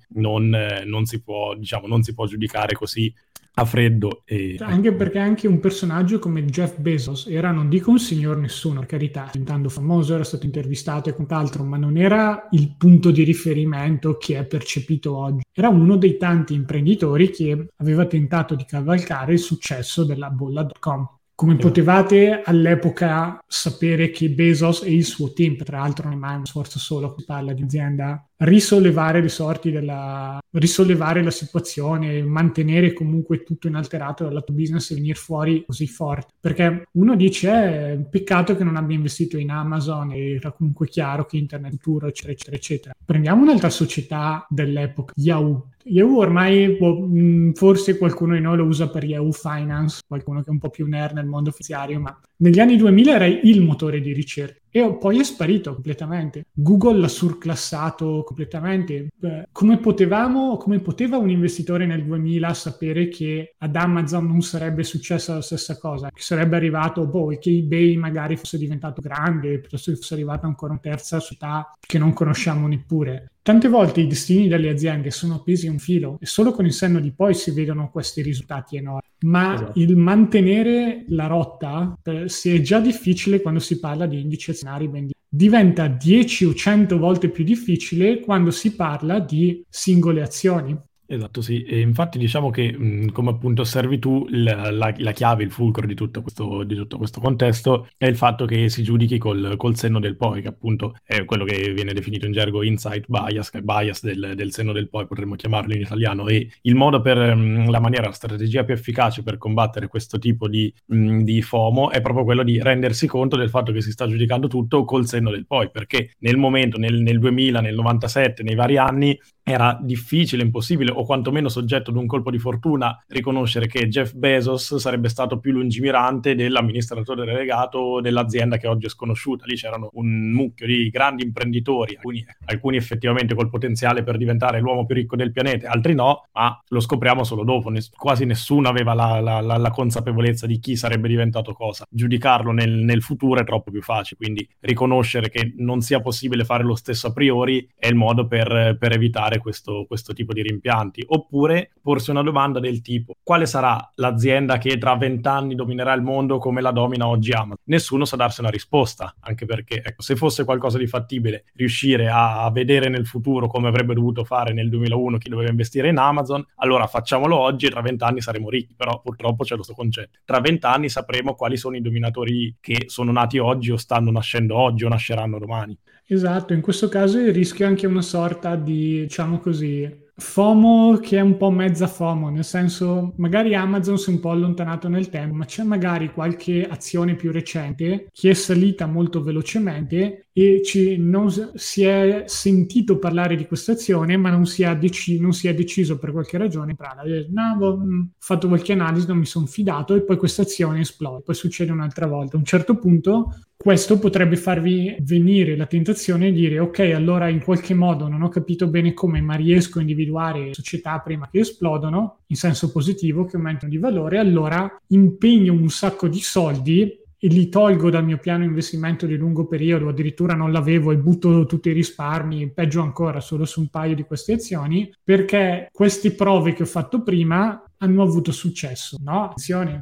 non si può giudicare così a freddo. Anche perché anche un personaggio come Jeff Bezos era, non dico un signor nessuno, per carità, diventando famoso, era stato intervistato e quant'altro, ma non era il punto di riferimento che è percepito oggi. Era uno dei tanti imprenditori che aveva tentato di cavalcare il successo della bolla.com. Come potevate all'epoca sapere che Bezos e il suo team, tra l'altro non è mai uno sforzo solo, si parla di azienda, risollevare le sorti risollevare la situazione, mantenere comunque tutto inalterato dal lato business e venire fuori così forte. Perché uno dice peccato che non abbia investito in Amazon, e era comunque chiaro che internet futuro, eccetera eccetera eccetera. Prendiamo un'altra società dell'epoca, Yahoo ormai forse qualcuno di noi lo usa per Yahoo Finance, qualcuno che è un po' più nerd nel mondo finanziario, ma negli anni 2000 era il motore di ricerca e poi è sparito completamente. Google l'ha surclassato completamente. Come poteva un investitore nel 2000 sapere che ad Amazon non sarebbe successa la stessa cosa? Che sarebbe arrivato, che eBay magari fosse diventato grande, piuttosto che fosse arrivata ancora una terza società che non conosciamo neppure. Tante volte i destini delle aziende sono appesi a un filo e solo con il senno di poi si vedono questi risultati enormi. Ma esatto, il mantenere la rotta, se è già difficile quando si parla di indici azionari ben diventa 10 o 100 volte più difficile quando si parla di singole azioni. Esatto, sì, e infatti diciamo che come appunto osservi tu, la chiave, il fulcro di tutto questo contesto è il fatto che si giudichi col senno del poi, che appunto è quello che viene definito in gergo insight bias, che è bias del senno del poi, potremmo chiamarlo in italiano, e il modo la strategia più efficace per combattere questo tipo di FOMO è proprio quello di rendersi conto del fatto che si sta giudicando tutto col senno del poi, perché nel momento, nel 2000, nel 97, nei vari anni, era difficile, impossibile, o quantomeno soggetto ad un colpo di fortuna, riconoscere che Jeff Bezos sarebbe stato più lungimirante dell'amministratore delegato dell'azienda che oggi è sconosciuta. Lì c'erano un mucchio di grandi imprenditori, alcuni effettivamente col potenziale per diventare l'uomo più ricco del pianeta, altri no, ma lo scopriamo solo dopo. Quasi nessuno aveva la consapevolezza di chi sarebbe diventato cosa. Giudicarlo nel futuro è troppo più facile, quindi riconoscere che non sia possibile fare lo stesso a priori è il modo per evitare fare questo tipo di rimpianti, oppure porsi una domanda del tipo: quale sarà l'azienda che tra 20 anni dominerà il mondo come la domina oggi Amazon? Nessuno sa darsi una risposta, anche perché, ecco, se fosse qualcosa di fattibile riuscire a vedere nel futuro come avrebbe dovuto fare nel 2001 chi doveva investire in Amazon, allora facciamolo oggi e tra 20 anni saremo ricchi. Però purtroppo c'è questo concetto: tra 20 anni sapremo quali sono i dominatori che sono nati oggi o stanno nascendo oggi o nasceranno domani. Esatto, in questo caso il rischio è anche una sorta di, diciamo così, FOMO che è un po' mezza FOMO, nel senso magari Amazon si è un po' allontanato nel tempo, ma c'è magari qualche azione più recente che è salita molto velocemente e non si è sentito parlare di questa azione, ma non si è deciso per qualche ragione. Ho fatto qualche analisi, non mi sono fidato e poi questa azione esplode, poi succede un'altra volta. A un certo punto questo potrebbe farvi venire la tentazione di dire: ok, allora in qualche modo non ho capito bene come, ma riesco a individuare società prima che esplodono, in senso positivo, che aumentano di valore, allora impegno un sacco di soldi e li tolgo dal mio piano investimento di lungo periodo, addirittura non l'avevo e butto tutti i risparmi, peggio ancora, solo su un paio di queste azioni, perché queste prove che ho fatto prima hanno avuto successo, no? Attenzione,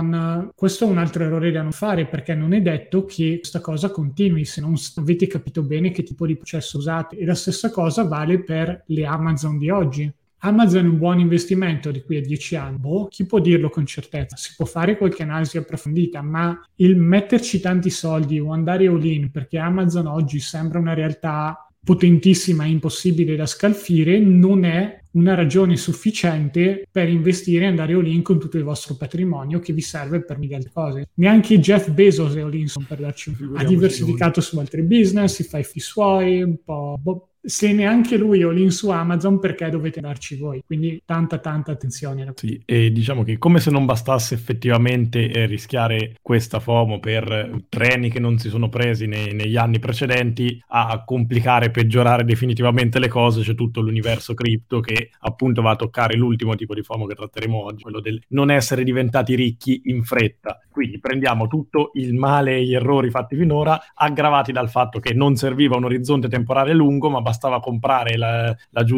questo è un altro errore da non fare, perché non è detto che questa cosa continui se non avete capito bene che tipo di processo usate. E la stessa cosa vale per le Amazon di oggi. Amazon è un buon investimento di qui a 10 anni? Chi può dirlo con certezza? Si può fare qualche analisi approfondita, ma il metterci tanti soldi o andare all-in perché Amazon oggi sembra una realtà potentissima e impossibile da scalfire non è una ragione sufficiente per investire e andare all-in con tutto il vostro patrimonio che vi serve per mille altre cose. Neanche Jeff Bezos è all-in, per darci ha diversificato su altri business, si fa i fatti suoi, un po'... Se neanche lui è all-in su Amazon, perché dovete darci voi? Quindi tanta attenzione. Sì, e diciamo che come se non bastasse effettivamente rischiare questa FOMO per treni che non si sono presi negli anni precedenti, a complicare, peggiorare definitivamente le cose, c'è tutto l'universo cripto che appunto va a toccare l'ultimo tipo di FOMO che tratteremo oggi, quello del non essere diventati ricchi in fretta. Quindi prendiamo tutto il male e gli errori fatti finora, aggravati dal fatto che non serviva un orizzonte temporale lungo, ma bastava comprare la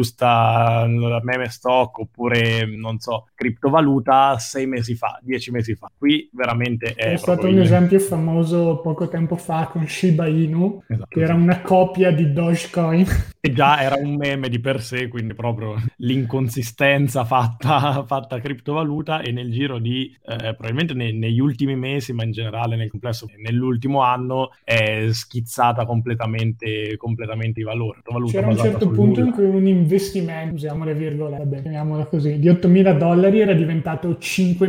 giusta meme stock oppure, non so, criptovaluta 6 mesi fa, 10 mesi fa. Qui veramente è stato un esempio famoso poco tempo fa con Shiba Inu, esatto, che era una copia di Dogecoin. E già era un meme di per sé, quindi proprio l'inconsistenza fatta criptovaluta, e nel giro di probabilmente negli ultimi mesi, ma in generale nel complesso nell'ultimo anno, è schizzata completamente i valori. C'era un certo punto in cui un investimento, usiamo le virgolette, chiamiamola così, di $8.000 era diventato 5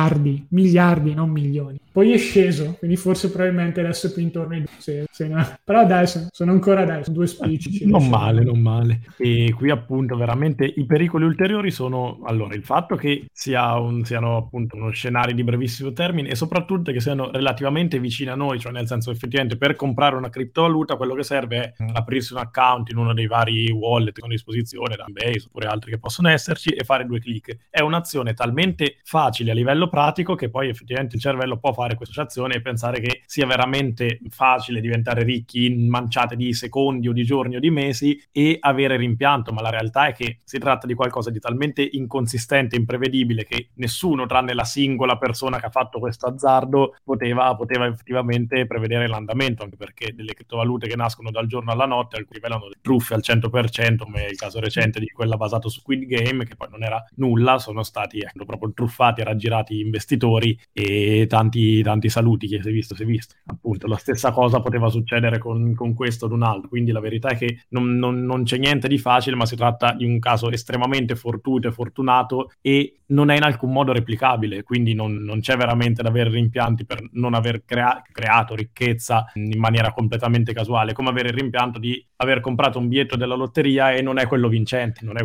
miliardi, non milioni. Poi è sceso, quindi forse probabilmente adesso è più intorno ai 2. Però adesso, sono ancora adesso, 2 spicci. Non male. E qui appunto veramente i pericoli ulteriori sono, allora, il fatto che siano appunto uno scenario di brevissimo termine e soprattutto che siano relativamente vicini a noi, cioè nel senso effettivamente per comprare una criptovaluta quello che serve è aprirsi un account in uno dei vari wallet che sono a disposizione, da Base oppure altri che possono esserci, e fare 2 clic. È un'azione talmente facile a livello pratico che poi effettivamente il cervello può fare questa azione e pensare che sia veramente facile diventare ricchi in manciate di secondi o di giorni o di mesi e avere rimpianto, ma la realtà è che si tratta di qualcosa di talmente inconsistente e imprevedibile che nessuno tranne la singola persona che ha fatto questo azzardo poteva effettivamente prevedere l'andamento, anche perché delle criptovalute che nascono dal giorno alla notte alcuni rivelano delle truffe al 100%, come il caso recente di quella basato su Squid Game, che poi non era nulla, sono stati proprio truffati e raggirati investitori, e tanti saluti, chi si è visto appunto. La stessa cosa poteva succedere con questo ad un altro, quindi la verità è che non c'è niente di facile, ma si tratta di un caso estremamente fortuito e fortunato e non è in alcun modo replicabile, quindi non c'è veramente da avere rimpianti per non aver creato ricchezza in maniera completamente casuale, come avere il rimpianto di aver comprato un biglietto della lotteria e non è quello vincente, come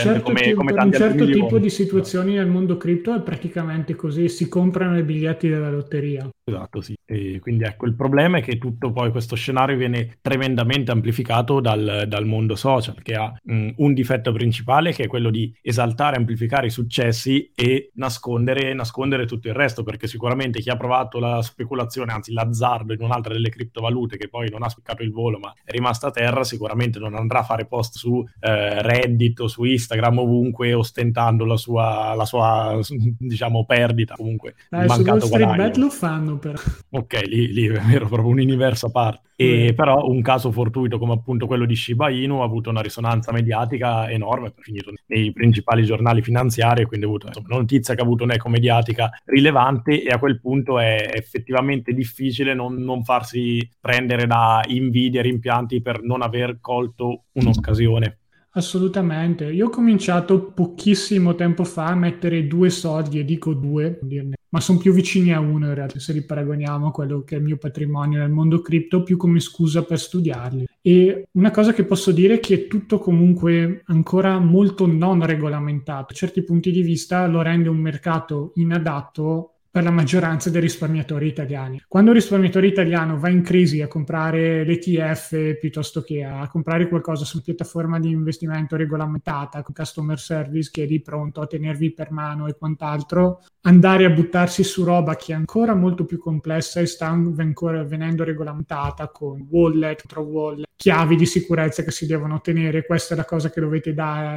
per tanti un certo altri tipo di situazioni nel mondo cripto è praticamente così, si comprano i biglietti della lotteria. Esatto, sì. E quindi ecco, il problema è che tutto poi questo scenario viene tremendamente amplificato dal mondo social, che ha un difetto principale, che è quello di esaltare e amplificare i successi e nascondere tutto il resto, perché sicuramente chi ha provato la speculazione, anzi l'azzardo in un'altra delle criptovalute, che poi non ha spiccato il volo ma è rimasta a terra, sicuramente non andrà a fare post su Reddit o su Instagram ovunque ostentando la sua diciamo perdita, comunque il Dai, su Wall mancato Street Bet guadagno. lo fanno però. Ok, lì è vero, proprio un universo a parte. E Vero. però un caso fortuito come appunto quello di Shiba Inu ha avuto una risonanza mediatica enorme, è finito nei principali giornali finanziari, e quindi ha avuto insomma, una notizia che ha avuto un'eco mediatica rilevante, e a quel punto è effettivamente difficile non farsi prendere da invidie e rimpianti per non aver colto un'occasione. Assolutamente. Io ho cominciato pochissimo tempo fa a mettere due soldi, e dico due, per dirne, ma sono più vicini a uno in realtà, se li paragoniamo a quello che è il mio patrimonio nel mondo cripto, più come scusa per studiarli. E una cosa che posso dire è che è tutto comunque ancora molto non regolamentato. Da certi punti di vista lo rende un mercato inadatto per la maggioranza dei risparmiatori italiani. Quando un risparmiatore italiano va in crisi a comprare l'ETF piuttosto che a comprare qualcosa su una piattaforma di investimento regolamentata con customer service che è lì pronto a tenervi per mano e quant'altro, andare a buttarsi su roba che è ancora molto più complessa e sta ancora venendo regolamentata con wallet, contro wallet, chiavi di sicurezza che si devono tenere, questa è la cosa che dovete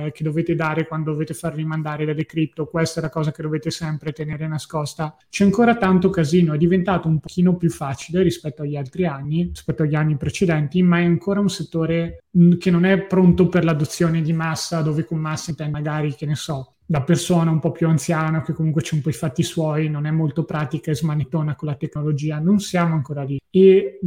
dare quando dovete farvi mandare delle cripto, questa è la cosa che dovete sempre tenere nascosta. C'è ancora tanto casino, è diventato un pochino più facile rispetto agli altri anni, rispetto agli anni precedenti, ma è ancora un settore che non è pronto per l'adozione di massa, dove con massa intende magari, che ne so, da persona un po' più anziana che comunque c'è un po' i fatti suoi, non è molto pratica e smanettona con la tecnologia, non siamo ancora lì. E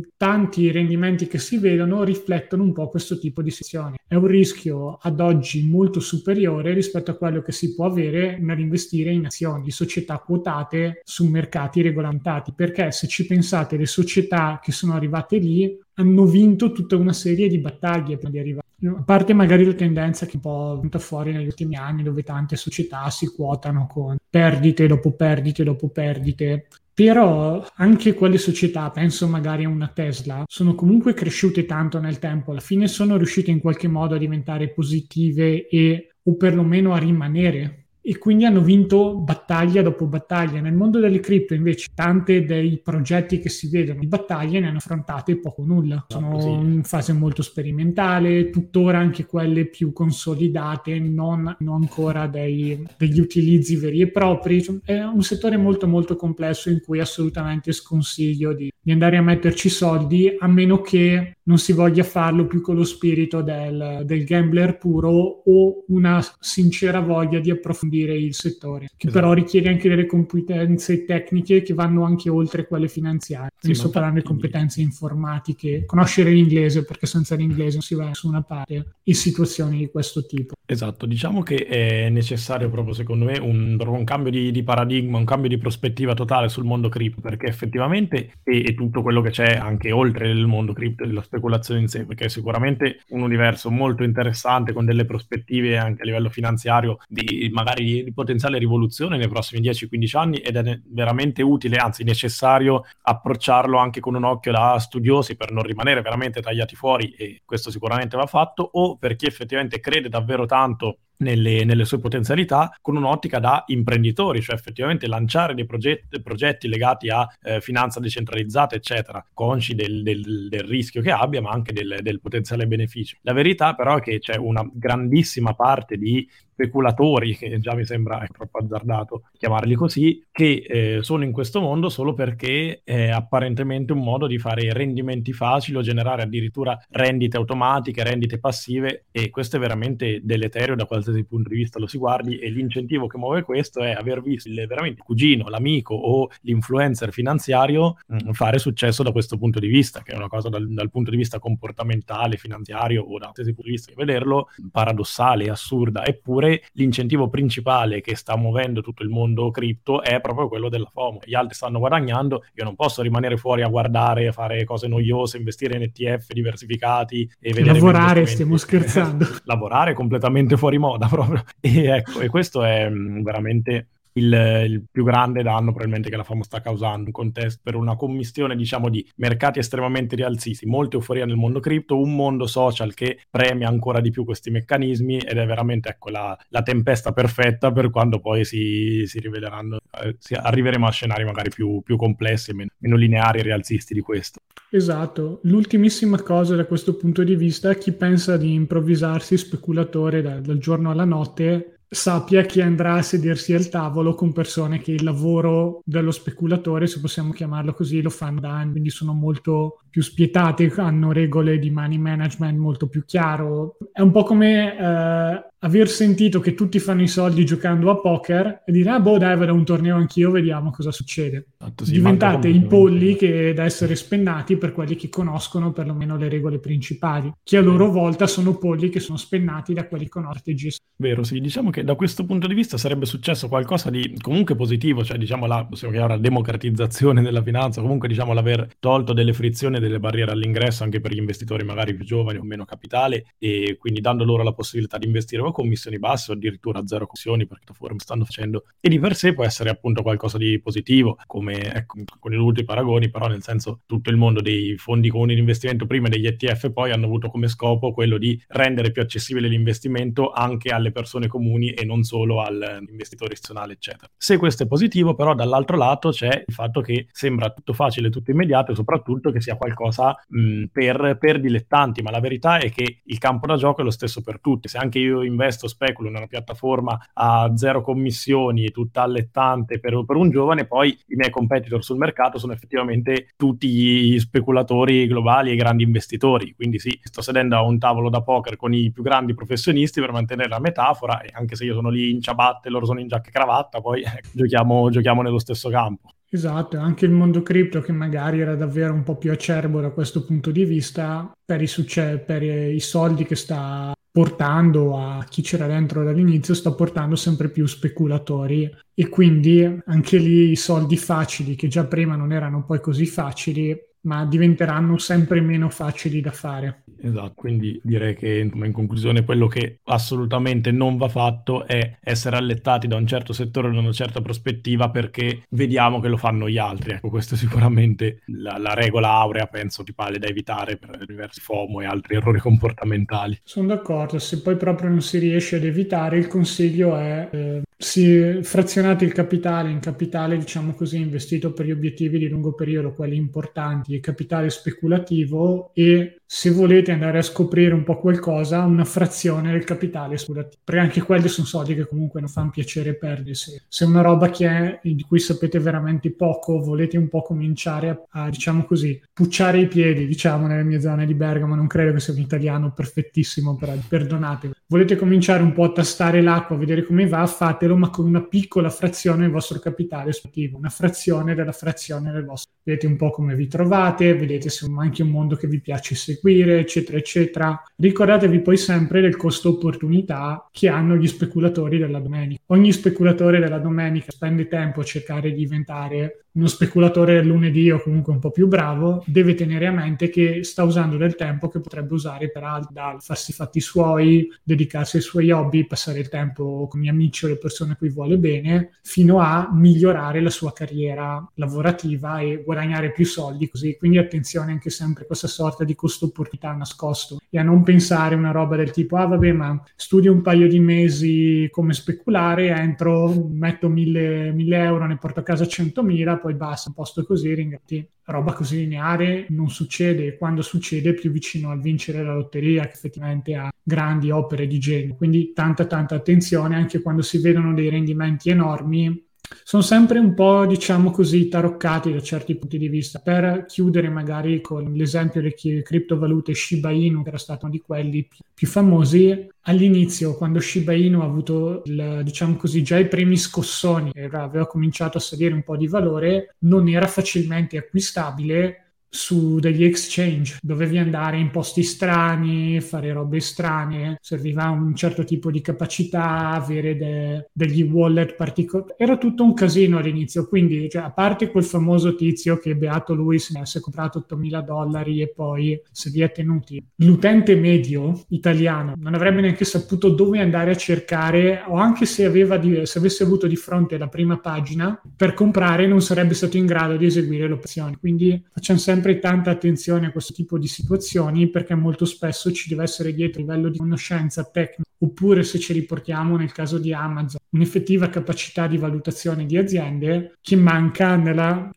tanti rendimenti che si vedono riflettono un po' questo tipo di situazione. È un rischio ad oggi molto superiore rispetto a quello che si può avere nell'investire in azioni di società quotate su mercati regolamentati, perché se ci pensate, le società che sono arrivate lì hanno vinto tutta una serie di battaglie prima di arrivare. A parte magari la tendenza che è un po' venuta fuori negli ultimi anni, dove tante società si quotano con perdite dopo perdite dopo perdite, però anche quelle società, penso magari a una Tesla, sono comunque cresciute tanto nel tempo, alla fine sono riuscite in qualche modo a diventare positive o perlomeno a rimanere. E quindi hanno vinto battaglia dopo battaglia. Nel mondo delle cripto, invece, tante dei progetti che si vedono di battaglie ne hanno affrontate poco o nulla. Sono in fase molto sperimentale, tuttora anche quelle più consolidate, non ancora degli utilizzi veri e propri. È un settore molto molto complesso in cui assolutamente sconsiglio di andare a metterci soldi, a meno che non si voglia farlo più con lo spirito del gambler puro o una sincera voglia di approfondire il settore, che Esatto. Però richiede anche delle competenze tecniche che vanno anche oltre quelle finanziarie. Quindi sto parlando di competenze informatiche, conoscere l'inglese, perché senza l'inglese non si va da nessuna parte, in situazioni di questo tipo. Esatto, diciamo che è necessario proprio secondo me proprio un cambio di paradigma, un cambio di prospettiva totale sul mondo cripto, perché effettivamente e tutto quello che c'è anche oltre il mondo cripto e della speculazione in sé, perché è sicuramente un universo molto interessante con delle prospettive anche a livello finanziario magari di potenziale rivoluzione nei prossimi 10-15 anni, ed è veramente utile, anzi necessario, approcciarlo anche con un occhio da studiosi per non rimanere veramente tagliati fuori, e questo sicuramente va fatto, o per chi effettivamente crede davvero tanto nelle sue potenzialità, con un'ottica da imprenditori, cioè effettivamente lanciare dei progetti legati a finanza decentralizzata, eccetera, consci del rischio che abbia, ma anche del potenziale beneficio. La verità però è che c'è una grandissima parte di speculatori, che già mi sembra troppo azzardato chiamarli così, che sono in questo mondo solo perché è apparentemente un modo di fare rendimenti facili o generare addirittura rendite automatiche, rendite passive, e questo è veramente deleterio da qualsiasi punto di vista lo si guardi, e l'incentivo che muove questo è aver visto veramente il cugino, l'amico o l'influencer finanziario fare successo da questo punto di vista, che è una cosa dal punto di vista comportamentale, finanziario o da qualsiasi punto di vista di vederlo, paradossale, assurda. Eppure l'incentivo principale che sta muovendo tutto il mondo cripto è proprio quello della FOMO. Gli altri stanno guadagnando, io non posso rimanere fuori a guardare, fare cose noiose, investire in ETF diversificati e vedere lavorare, stiamo scherzando. lavorare completamente fuori moda proprio. E ecco, e questo è veramente il più grande danno probabilmente che la FOMO sta causando, un contesto per una commistione, diciamo, di mercati estremamente rialzisti, molta euforia nel mondo cripto, un mondo social che premia ancora di più questi meccanismi, ed è veramente, ecco, la tempesta perfetta per quando poi si riveleranno, arriveremo a scenari magari più complessi e meno lineari e rialzisti di questo. Esatto, l'ultimissima cosa da questo punto di vista, chi pensa di improvvisarsi speculatore dal giorno alla notte, sappia che andrà a sedersi al tavolo con persone che il lavoro dello speculatore, se possiamo chiamarlo così, lo fanno da anni, quindi sono molto più spietate, hanno regole di money management molto più chiaro. È un po' come aver sentito che tutti fanno i soldi giocando a poker e dire, boh, dai, vado a un torneo anch'io, vediamo cosa succede. Sì, diventate i polli che da essere spennati per quelli che conoscono perlomeno le regole principali, che a loro volta sono polli che sono spennati da quelli con strategie. Vero, sì, diciamo che da questo punto di vista sarebbe successo qualcosa di comunque positivo, cioè diciamo possiamo chiamare la democratizzazione della finanza, comunque diciamo l'aver tolto delle frizioni e delle barriere all'ingresso anche per gli investitori magari più giovani o meno capitale, e quindi dando loro la possibilità di investire o con commissioni basse o addirittura zero commissioni, perché forme stanno facendo, e di per sé può essere appunto qualcosa di positivo, come ecco, con i dovuti paragoni, però nel senso tutto il mondo dei fondi comuni di investimento prima degli ETF poi hanno avuto come scopo quello di rendere più accessibile l'investimento anche alle persone comuni e non solo all'investitore istituzionale, eccetera. Se questo è positivo, però dall'altro lato c'è il fatto che sembra tutto facile, tutto immediato, e soprattutto che sia qualcosa per dilettanti, ma la verità è che il campo da gioco è lo stesso per tutti. Se anche io investo, speculo in una piattaforma a zero commissioni, tutta allettante per un giovane, poi i miei competitor sul mercato sono effettivamente tutti gli speculatori globali e grandi investitori, quindi sì, sto sedendo a un tavolo da poker con i più grandi professionisti, per mantenere la metafora, e anche se io sono lì in ciabatte, loro sono in giacca e cravatta, poi giochiamo nello stesso campo. Esatto, anche il mondo cripto, che magari era davvero un po' più acerbo da questo punto di vista, per i soldi che sta portando a chi c'era dentro dall'inizio, sta portando sempre più speculatori, e quindi anche lì i soldi facili, che già prima non erano poi così facili, ma diventeranno sempre meno facili da fare. Esatto, quindi direi che in conclusione quello che assolutamente non va fatto è essere allettati da un certo settore, da una certa prospettiva, perché vediamo che lo fanno gli altri. Ecco, questa è sicuramente la regola aurea, penso, principale da evitare per diversi FOMO e altri errori comportamentali. Sono d'accordo, se poi proprio non si riesce ad evitare, il consiglio è frazionate il capitale in capitale, diciamo così, investito per gli obiettivi di lungo periodo, quelli importanti, e capitale speculativo, e se volete andare a scoprire un po' qualcosa, una frazione del capitale speculativo, perché anche quelli sono soldi che comunque non fanno piacere perdere. Se è una roba di cui sapete veramente poco, volete un po' cominciare a diciamo così, pucciare i piedi, diciamo, nelle mie zone di Bergamo, non credo che sia un italiano perfettissimo, però perdonatemi. Volete cominciare un po' a tastare l'acqua, a vedere come va, fatelo, ma con una piccola frazione del vostro capitale sportivo, una frazione della frazione del vostro. Vedete un po' come vi trovate, vedete se è anche un mondo che vi piace seguire, eccetera, eccetera. Ricordatevi poi sempre del costo opportunità che hanno gli speculatori della domenica. Ogni speculatore della domenica spende tempo a cercare di diventare uno speculatore del lunedì o comunque un po' più bravo, deve tenere a mente che sta usando del tempo che potrebbe usare per altro, da farsi i fatti suoi, dedicarsi ai suoi hobby, passare il tempo con gli amici o le persone a cui vuole bene, fino a migliorare la sua carriera lavorativa e guadagnare più soldi così. Quindi attenzione anche sempre a questa sorta di costo opportunità nascosto, e a non pensare una roba del tipo vabbè, ma studio un paio di mesi come speculare, entro, metto 1.000 euro, ne porto a casa 100.000, poi basta, un posto così, ringrazio. Roba così lineare non succede, e quando succede è più vicino al vincere la lotteria che effettivamente a grandi opere di genio. Quindi tanta attenzione anche quando si vedono dei rendimenti enormi. Sono sempre un po', diciamo così, taroccati da certi punti di vista. Per chiudere magari con l'esempio delle criptovalute, Shiba Inu, che era stato uno di quelli più famosi, all'inizio, quando Shiba Inu ha avuto, diciamo così, già i primi scossoni, aveva cominciato a salire un po' di valore, non era facilmente acquistabile, su degli exchange, dovevi andare in posti strani, fare robe strane, serviva un certo tipo di capacità, avere degli wallet particolari, era tutto un casino all'inizio, quindi cioè, a parte quel famoso tizio che beato lui si è comprato $8.000 e poi se li è tenuti, l'utente medio italiano non avrebbe neanche saputo dove andare a cercare, o anche se avesse avuto di fronte la prima pagina per comprare, non sarebbe stato in grado di eseguire l'operazione. Quindi facciamo sempre tanta attenzione a questo tipo di situazioni, perché molto spesso ci deve essere dietro a livello di conoscenza tecnica, oppure se ci riportiamo nel caso di Amazon, un'effettiva capacità di valutazione di aziende che manca nella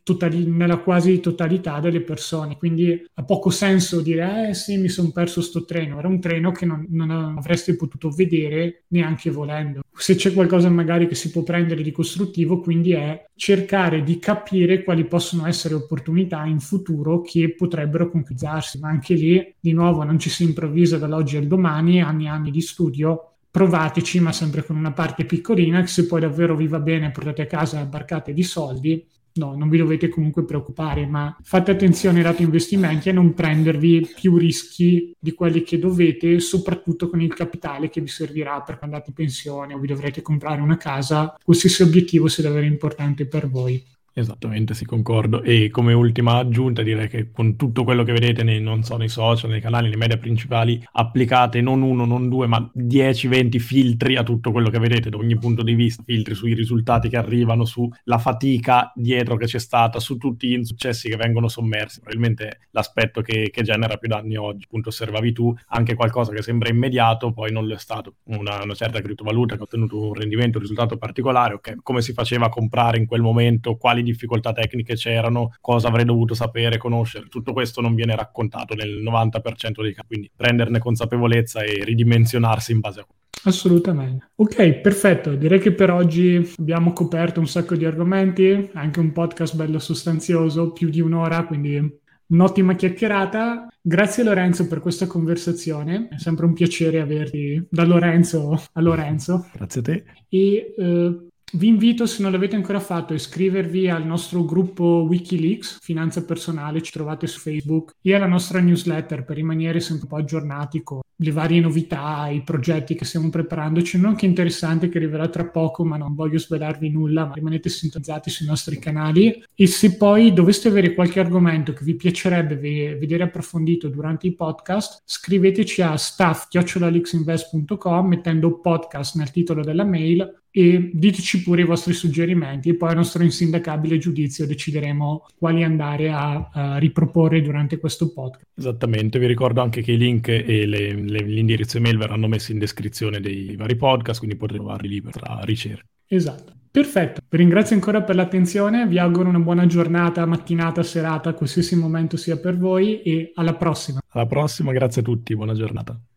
quasi totalità delle persone. Quindi ha poco senso dire sì, mi sono perso sto treno, era un treno che non avresti potuto vedere neanche volendo. Se c'è qualcosa magari che si può prendere di costruttivo, quindi è cercare di capire quali possono essere opportunità in futuro che potrebbero concretizzarsi, ma anche lì di nuovo non ci si improvvisa dall'oggi al domani, anni e anni di studio, provateci, ma sempre con una parte piccolina, che se poi davvero vi va bene portate a casa barcate di soldi, no, non vi dovete comunque preoccupare, ma fate attenzione ai lati investimenti e non prendervi più rischi di quelli che dovete, soprattutto con il capitale che vi servirà per quando andate in pensione o vi dovrete comprare una casa, qualsiasi obiettivo sia davvero importante per voi. Esattamente, sì, concordo. E come ultima aggiunta direi che con tutto quello che vedete nei social, nei canali, nei media principali, applicate non uno, non due, ma 10-20 filtri a tutto quello che vedete da ogni punto di vista, filtri sui risultati che arrivano, sulla fatica dietro che c'è stata, su tutti gli insuccessi che vengono sommersi. Probabilmente l'aspetto che genera più danni oggi, appunto osservavi tu, anche qualcosa che sembra immediato, poi non lo è stato. Una certa criptovaluta che ha ottenuto un rendimento, un risultato particolare, ok, come si faceva a comprare in quel momento, quali difficoltà tecniche c'erano, cosa avrei dovuto sapere, conoscere. Tutto questo non viene raccontato nel 90% dei casi, quindi prenderne consapevolezza e ridimensionarsi in base a questo. Assolutamente. Ok, perfetto. Direi che per oggi abbiamo coperto un sacco di argomenti, anche un podcast bello sostanzioso, più di un'ora, quindi un'ottima chiacchierata. Grazie Lorenzo per questa conversazione, è sempre un piacere averti da Lorenzo a Lorenzo. Grazie a te. E vi invito, se non l'avete ancora fatto, a iscrivervi al nostro gruppo Wikileaks, Finanza Personale, ci trovate su Facebook, e alla nostra newsletter per rimanere sempre un po' aggiornati con le varie novità, i progetti che stiamo preparando. C'è uno anche interessante che arriverà tra poco, ma non voglio svelarvi nulla, ma rimanete sintonizzati sui nostri canali. E se poi doveste avere qualche argomento che vi piacerebbe vedere approfondito durante i podcast, scriveteci a staff@lixinvest.com mettendo podcast nel titolo della mail e diteci pure i vostri suggerimenti, e poi a nostro insindacabile giudizio decideremo quali andare a riproporre durante questo podcast. Esattamente, vi ricordo anche che i link e l'indirizzo email verranno messi in descrizione dei vari podcast, quindi potete trovarli lì per la ricerca. Esatto, perfetto. Vi ringrazio ancora per l'attenzione, vi auguro una buona giornata, mattinata, serata, qualsiasi momento sia per voi, e alla prossima. Alla prossima, grazie a tutti, buona giornata.